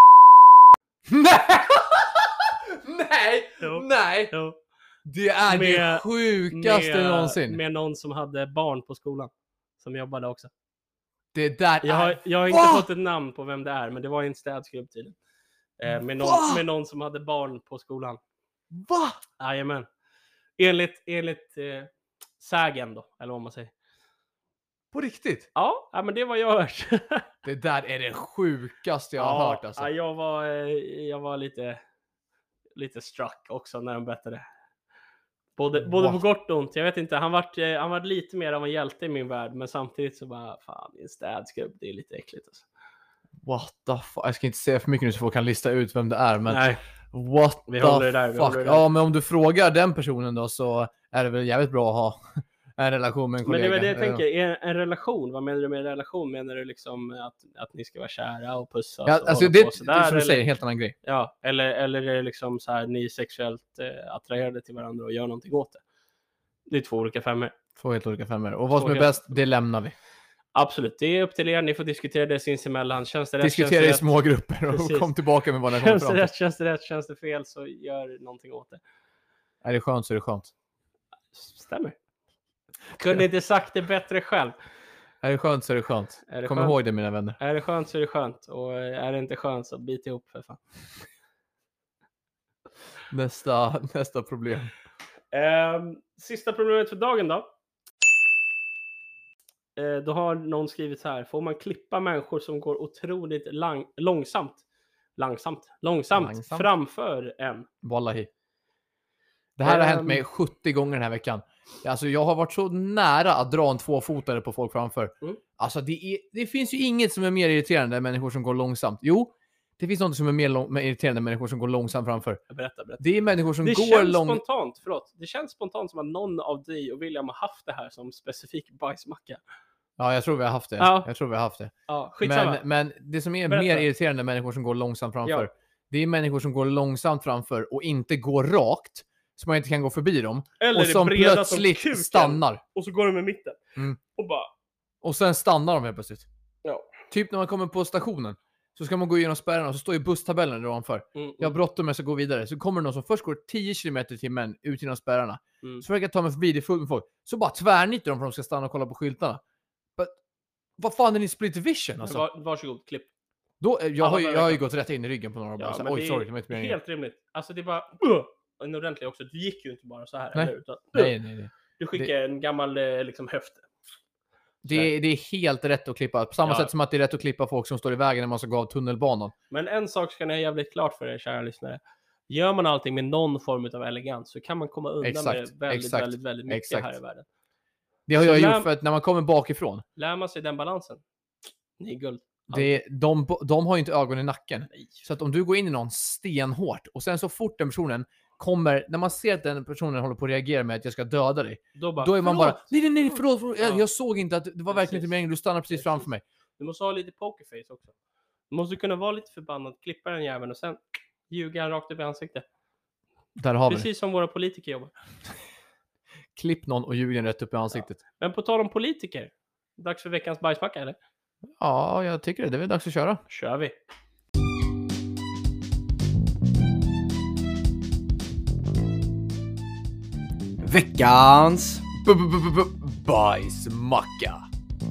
Nej! Jo. Nej! Jo. Det är med, det sjukaste med, någonsin. Med någon som hade barn på skolan. Som jobbade också. Det där jag har, jag har inte Va? fått ett namn på vem det är. Men det var en städskrubb tydligen. Eh, med, någon, med någon som hade barn på skolan. Va? Jajamän. Enligt, enligt eh, sägen då. Eller vad man säger. På riktigt? Ja, ja men det var jag hört. Det där är det sjukaste jag ja, har hört alltså. Ja, jag var, jag var lite, lite struck också när de berättade. Både, både på gott och ont. Jag vet inte, han var, han var lite mer av en hjälte i min värld. Men samtidigt så bara, fan, det är en städskrubb. Det är lite äckligt alltså. What the fuck? Jag ska inte säga för mycket nu så folk kan lista ut vem det är, men Nej. What Vi the håller det där, vi fuck? håller det där. Ja, men om du frågar den personen då så är det väl jävligt bra att ha en relation med en kollega. Men det är det jag tänker, är en relation, vad menar du med en relation? Menar du liksom att, att ni ska vara kära och pussas? Ja, och alltså hålla det, på det sådär, som du eller, säger, en helt annan grej. Ja, eller, eller är det liksom så här, ni är sexuellt eh, attraherade till varandra och gör någonting åt det? Det är två olika femmor. Två helt olika femmor. Och vad Två som är helt... bäst, det lämnar vi. Absolut, det är upp till er. Ni får diskutera det sinsemellan. Känns det rätt? Diskutera känns i det små grupper och Precis. kom tillbaka med vad ni kommer Känns fram det till. rätt? Känns det rätt? Känns det fel? Så gör någonting åt det. Är det skönt så är det skönt. Stämmer. Kunde inte sagt det bättre själv. Är det skönt så är det skönt. Är det Kom skönt? ihåg det, mina vänner. Är det skönt så är det skönt. Och är det inte skönt så bit ihop för fan. Nästa, nästa problem. Um, sista problemet för dagen då. Uh, då har någon skrivit så här. Får man klippa människor som går otroligt lang- långsamt, långsamt, långsamt, Långsamt. framför en? Wallahi. Det här har um, hänt mig sjuttio gånger den här veckan. Alltså jag har varit så nära att dra en tvåfotare på folk framför. Mm. Alltså det, är, det finns ju inget som är mer irriterande än människor som går långsamt. Jo, det finns något som är mer, lång, mer irriterande än människor som går långsamt framför. Berätta, berätta. Det är människor som det går känns långt. spontant, förlåt. Det känns spontant som att någon av dig och William har haft det här som specifik bajsmacka. Ja, jag tror vi har haft det. Ja. Jag tror vi har haft det. Ja, skitsamma. Men, men det som är Berätta. mer irriterande än människor som går långsamt framför. Ja. Det är människor som går långsamt framför och inte går rakt. Så man inte kan gå förbi dem. Eller och det som breda plötsligt som kuken. stannar. Och så går de i mitten. Mm. Och bara... Och sen stannar de helt plötsligt. Ja. Typ när man kommer på stationen. Så ska man gå igenom spärrarna och så står ju busstabellen där ovanför. Mm, mm. Jag har bråttom med att gå vidare. Så kommer det någon som först går tio kilometer i timmen ut genom spärrarna. Mm. Så försöker jag ta mig förbi, det är fullt med folk. Så bara tvärnittar de för att de ska stanna och kolla på skyltarna. But, vad fan är ni split vision alltså? Var, varsågod, klipp. Då, jag, Alla har, ju- jag behöver- har ju gått rätt in i ryggen på några och bara Ja, så här, men oj det sorry, är det var inte meningen. helt rimligt. Alltså det är bara... Uh, en ordentlig också. Du gick ju inte bara så här. Nej. Eller? Utan, uh, Nej, nej, nej. Du skickar en gammal eh, liksom höft. Det, är- det är helt rätt att klippa. På samma Ja. sätt som att det är rätt att klippa folk som står i vägen när man ska gå av tunnelbanan. Men en sak ska ni ha jävligt klart för er, kära lyssnare. Gör man allting med någon form av elegans så kan man komma undan Exakt, med det väldigt, exakt, väldigt, väldigt mycket exakt. här i världen. Det har Så jag lär- gjort för att när man kommer bakifrån. Lär man sig den balansen, ni är guld. Det, de, de har ju inte ögon i nacken. Nej. Så att om du går in i någon stenhårt och sen så fort den personen kommer, när man ser att den personen håller på att reagera med att jag ska döda dig. Då, bara, Då är man "Förlåt." bara, nej nej nej förlåt, förlåt. Jag, Ja. jag såg inte att det var verkligen Precis. inte meningen, du stannar precis Precis. framför mig. Du måste ha lite pokerface också. Du måste kunna vara lite förbannad, klippa den jäveln och sen ljuga han rakt upp i ansiktet. Där har vi det. Precis som våra politiker jobbar. Klipp någon och ljug den rätt upp i ansiktet. Men på tal om politiker. Dags för veckans bajspacka eller? Ja, jag tycker det. Det är väl dags att köra. Kör vi. Veckans bajsmacka.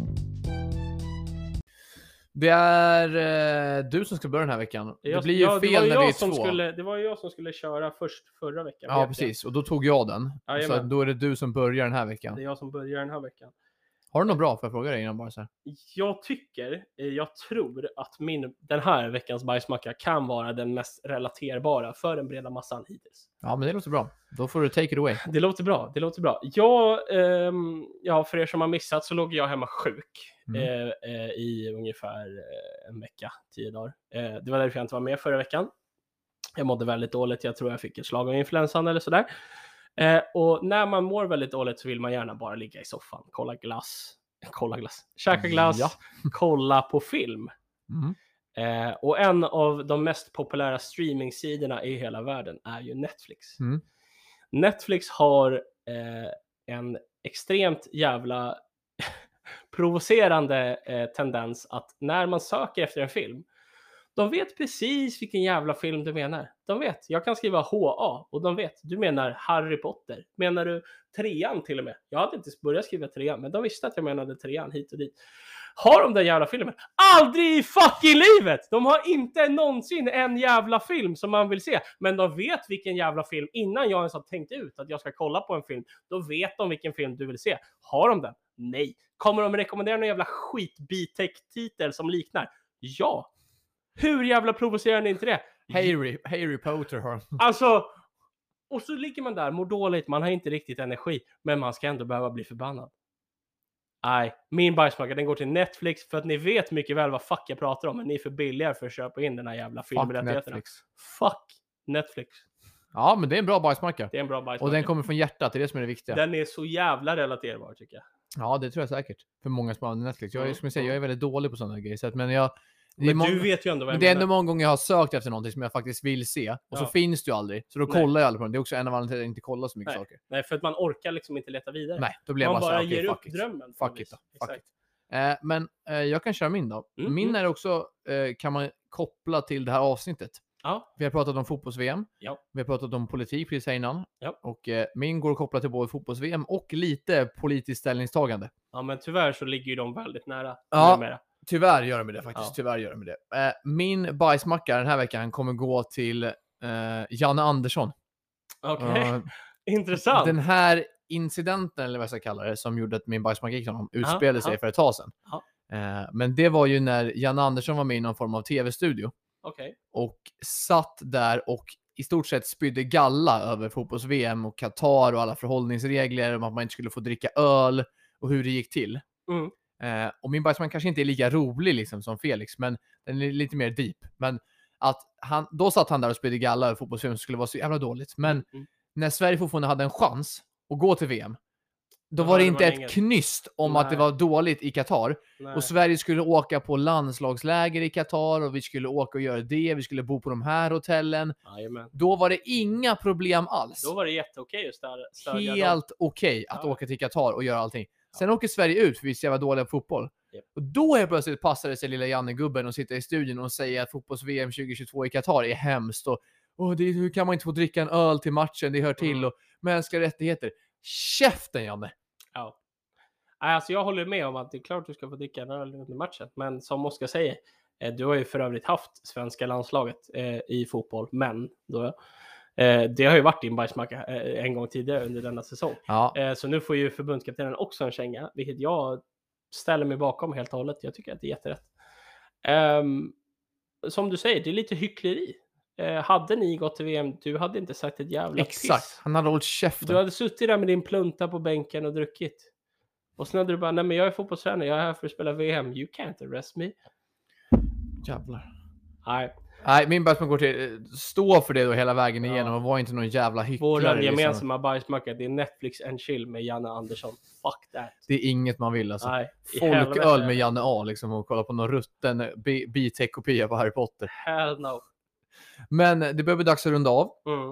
Det är eh, du som ska börja den här veckan. Det Jag- blir ju ja, det var fel ju när jag vi är som två. Skulle, det var ju jag som skulle köra först förra veckan. Ja, vet precis. Och då tog jag den. Så Jajamän. att då är det du som börjar den här Jag. veckan. Det är jag som börjar den här veckan. Har du något bra för att fråga dig innan bara så här? Jag tycker, eh, jag tror att min, den här veckans bajsmacka kan vara den mest relaterbara för den breda massan hittills. Ja, men det låter bra. Då får du take it away. Det låter bra, det låter bra. Jag, ehm, ja, för er som har missat så låg jag hemma sjuk Mm. eh, eh, i ungefär eh, en vecka, tio dagar. Eh, det var därför jag inte var med förra veckan. Jag mådde väldigt dåligt, jag tror jag fick ett slag av influensan eller sådär. Eh, och när man mår väldigt dåligt så vill man gärna bara ligga i soffan, kolla glass, kolla glass, käka glass, Ja. kolla på film. Mm. Eh, och en av de mest populära streamingsidorna i hela världen är ju Netflix. Mm. Netflix har eh, en extremt jävla provocerande eh, tendens att när man söker efter en film, de vet precis vilken jävla film du menar. De vet, jag kan skriva H A och de vet, du menar Harry Potter. Menar du trean till och med? Jag hade inte börjat skriva trean, men de visste att jag menade trean hit och dit. Har de den jävla filmen? Aldrig i fucking livet! De har inte någonsin en jävla film som man vill se. Men de vet vilken jävla film, innan jag ens har tänkt ut att jag ska kolla på en film, då vet de vilken film du vill se. Har de den? Nej. Kommer de rekommendera någon jävla skit B-tech-titel som liknar? Ja. Hur jävla provocerande är inte det? Harry, Harry Potter har... Alltså, och så ligger man där, mår dåligt, man har inte riktigt energi, men man ska ändå behöva bli förbannad. Nej, min bajsmacka den går till Netflix för att ni vet mycket väl vad fuck jag pratar om, men ni är för billigare för att köpa in den här jävla filmrättigheterna. Netflix. Fuck Netflix. Ja, men det är en bra bajsmacka. Det är en bra bajsmacka. Och den kommer från hjärtat, det är det som är det viktiga. Den är så jävla relaterbar tycker jag. Ja, det tror jag säkert. För många som använder Netflix. Jag, Mm. ska säga, jag är väldigt dålig på sådana grejer. Så att, men jag... Men många, du vet ju ändå vad jag men det är menar. ändå många gånger jag har sökt efter någonting som jag faktiskt vill se. Och Ja. så finns det ju aldrig. Så då Nej. kollar jag aldrig på den. Det är också en av anledningarna till att jag inte kollar så mycket Nej. saker. Nej, för att man orkar liksom inte leta vidare. Nej, då blir jag man bara, bara så här, ger okay, upp fuck it. drömmen. Fuck it då. Fuck Exakt. it. Eh, men eh, jag kan köra min då. Mm, min mm. är också, eh, kan man koppla till det här avsnittet. Ja. Vi har pratat om fotbolls-V M. Ja. Vi har pratat om politik precis innan. Ja. Och eh, min går att koppla till både fotbolls-V M och lite politiskt ställningstagande. Ja, men tyvärr så ligger ju de väldigt nära. Ja. Numera. Tyvärr gör de det faktiskt. Ja. Tyvärr gör de det. Eh, min bajsmacka den här veckan kommer gå till eh, Janne Andersson. Okej, okay. Uh, intressant. Den här incidenten, eller vad jag ska kalla det, som gjorde att min bajsmacka gick till honom, utspelade sig ja. för ett tag sedan. Ja. Eh, men det var ju när Janne Andersson var med i någon form av tv-studio. Okay. Och satt där och i stort sett spydde galla över fotbolls-V M och Qatar och alla förhållningsregler om att man inte skulle få dricka öl och hur det gick till. Mm. Eh, och min bajsman kanske inte är lika rolig liksom som Felix, men den är lite mer deep. Men att han, då satt han där och spydde galla över fotbolls-V M som skulle vara så jävla dåligt. Men mm. när Sverige fortfarande hade en chans att gå till V M, då var det inte ett ingen... knyst om Nej. att det var dåligt i Qatar. Nej. Och Sverige skulle åka på landslagsläger i Qatar och vi skulle åka och göra det. Vi skulle bo på de här hotellen. Jajamän. Då var det inga problem alls. Då var det jätteokej att stödja Helt okej okay att ja. åka till Qatar och göra allting. Sen ja. åker Sverige ut för vi ser vad dåliga på fotboll. Yep. Och då är plötsligt passade sig lilla Janne-gubben och sitta i studion och säga att fotbolls-V M tjugohundratjugotvå i Qatar är hemskt. Och, och det, hur kan man inte få dricka en öl till matchen? Det hör till. Mm. Och mänskliga rättigheter. Käften, Janne! Ja. Alltså jag håller med om att det är klart att du ska få dricka en öl under matchen. Men som Oskar säger, du har ju för övrigt haft svenska landslaget eh, i fotboll. Men då, eh, det har ju varit din bajsmacka eh, en gång tidigare under denna säsong. Ja. Eh, så nu får ju förbundskaptenen också en känga. Vilket jag ställer mig bakom helt och hållet. Jag tycker att det är jätterätt. Eh, som du säger, det är lite hyckleri. Eh, hade ni gått till V M, du hade inte sagt ett jävla Exakt, piss. han hade hållit käften. Du hade suttit där med din plunta på bänken och druckit. Och sen hade du bara, nej men jag är fotbollstränare, jag är här för att spela V M. You can't arrest me. Jävlar. Nej. Nej, min bajsmacka går till, stå för det då hela vägen igenom ja. och var inte någon jävla hycklare. Vår gemensamma liksom. Bajsmacka, det är Netflix and chill med Janne Andersson. Fuck that. Det är inget man vill alltså. Nej, folköl med Janne A liksom och kolla på någon rutten B-tech-kopia på Harry Potter. Hell no. Men det börjar bli dags att runda av. Mm.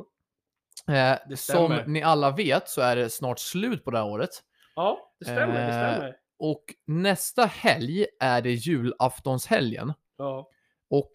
Eh, det som ni alla vet så är det snart slut på det här året. Ja, det stämmer, eh, det stämmer. Och nästa helg är det julaftonshelgen. Ja. Och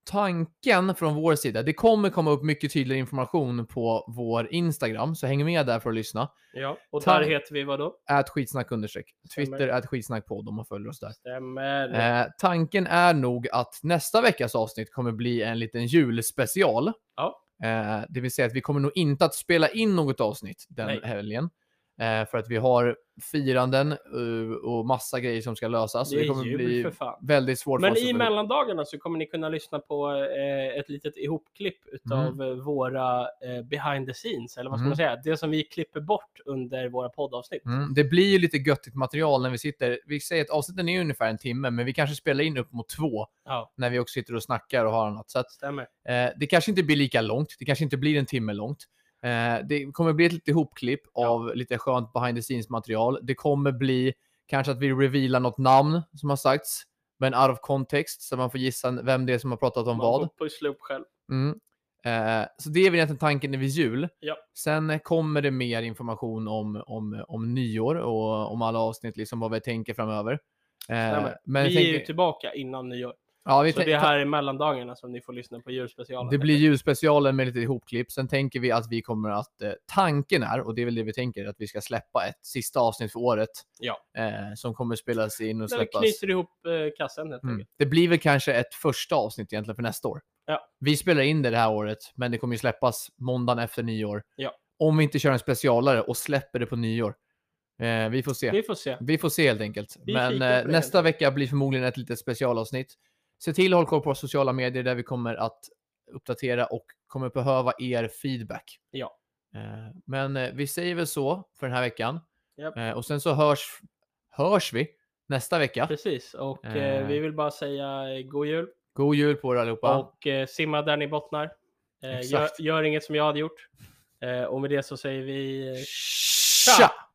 tanken från vår sida, det kommer komma upp mycket tydligare information på vår Instagram, så häng med där för att lyssna. Ja, och där Tan- heter vi vad då? Ät skitsnack understreck. Twitter ät skitsnackpodd om man följer oss där. Stämmer. Eh, tanken är nog att nästa veckas avsnitt kommer bli en liten julspecial. Ja. Eh, det vill säga att vi kommer nog inte att spela in något avsnitt den Nej. helgen. Eh, för att vi har firanden uh, och massa grejer som ska lösas. Det, det kommer jul, bli för fan. väldigt svårt. Men i mellandagarna så kommer ni kunna lyssna på eh, ett litet ihopklipp utav mm. våra eh, behind the scenes. Eller vad ska mm. man säga? Det som vi klipper bort under våra poddavsnitt. Mm. Det blir ju lite göttigt material när vi sitter. Vi säger att avsnitten är ungefär en timme, men vi kanske spelar in upp mot två. Ja. När vi också sitter och snackar och har annat. Så att, Stämmer. Eh, det kanske inte blir lika långt. Det kanske inte blir en timme långt. Eh, det kommer bli ett litet ihopklipp ja. av lite skönt behind the scenes material. Det kommer bli kanske att vi revealar något namn som har sagts, men out of context, så man får gissa vem det är som har pratat om man vad. Man får pussla upp själv. Mm. Eh, så det är väl egentligen tanken vid jul. Ja. Sen kommer det mer information om, om, om nyår och om alla avsnitt, liksom vad vi tänker framöver. Eh, men vi tänker... är ju tillbaka innan nyår. Ja, vi så det är här i mellandagarna som ni får lyssna på julspecialen. Det blir julspecialen med lite ihopklipp. Sen tänker vi att vi kommer att, eh, tanken är, och det är väl det vi tänker, att vi ska släppa ett sista avsnitt för året. Ja. Eh, som kommer spelas in och Där släppas. vi knyter ihop eh, kassen helt mm. enkelt. Det blir väl kanske ett första avsnitt egentligen för nästa år. Ja. Vi spelar in det det här året, men det kommer ju släppas måndagen efter nyår. Ja. Om vi inte kör en specialare och släpper det på nyår. Eh, vi får se. Vi får se. Vi får se helt enkelt. Vi men eh, nästa vecka blir förmodligen ett litet specialavsnitt. Se till att hålla koll på sociala medier där vi kommer att uppdatera och kommer behöva er feedback. Ja. Eh, men eh, vi säger väl så för den här veckan. Yep. Eh, och sen så hörs, hörs vi nästa vecka. Precis, och eh. vi vill bara säga god jul. God jul på er allihopa. Och eh, simma där ni bottnar. Eh, gör, gör inget som jag hade gjort. Eh, och med det så säger vi... Tja!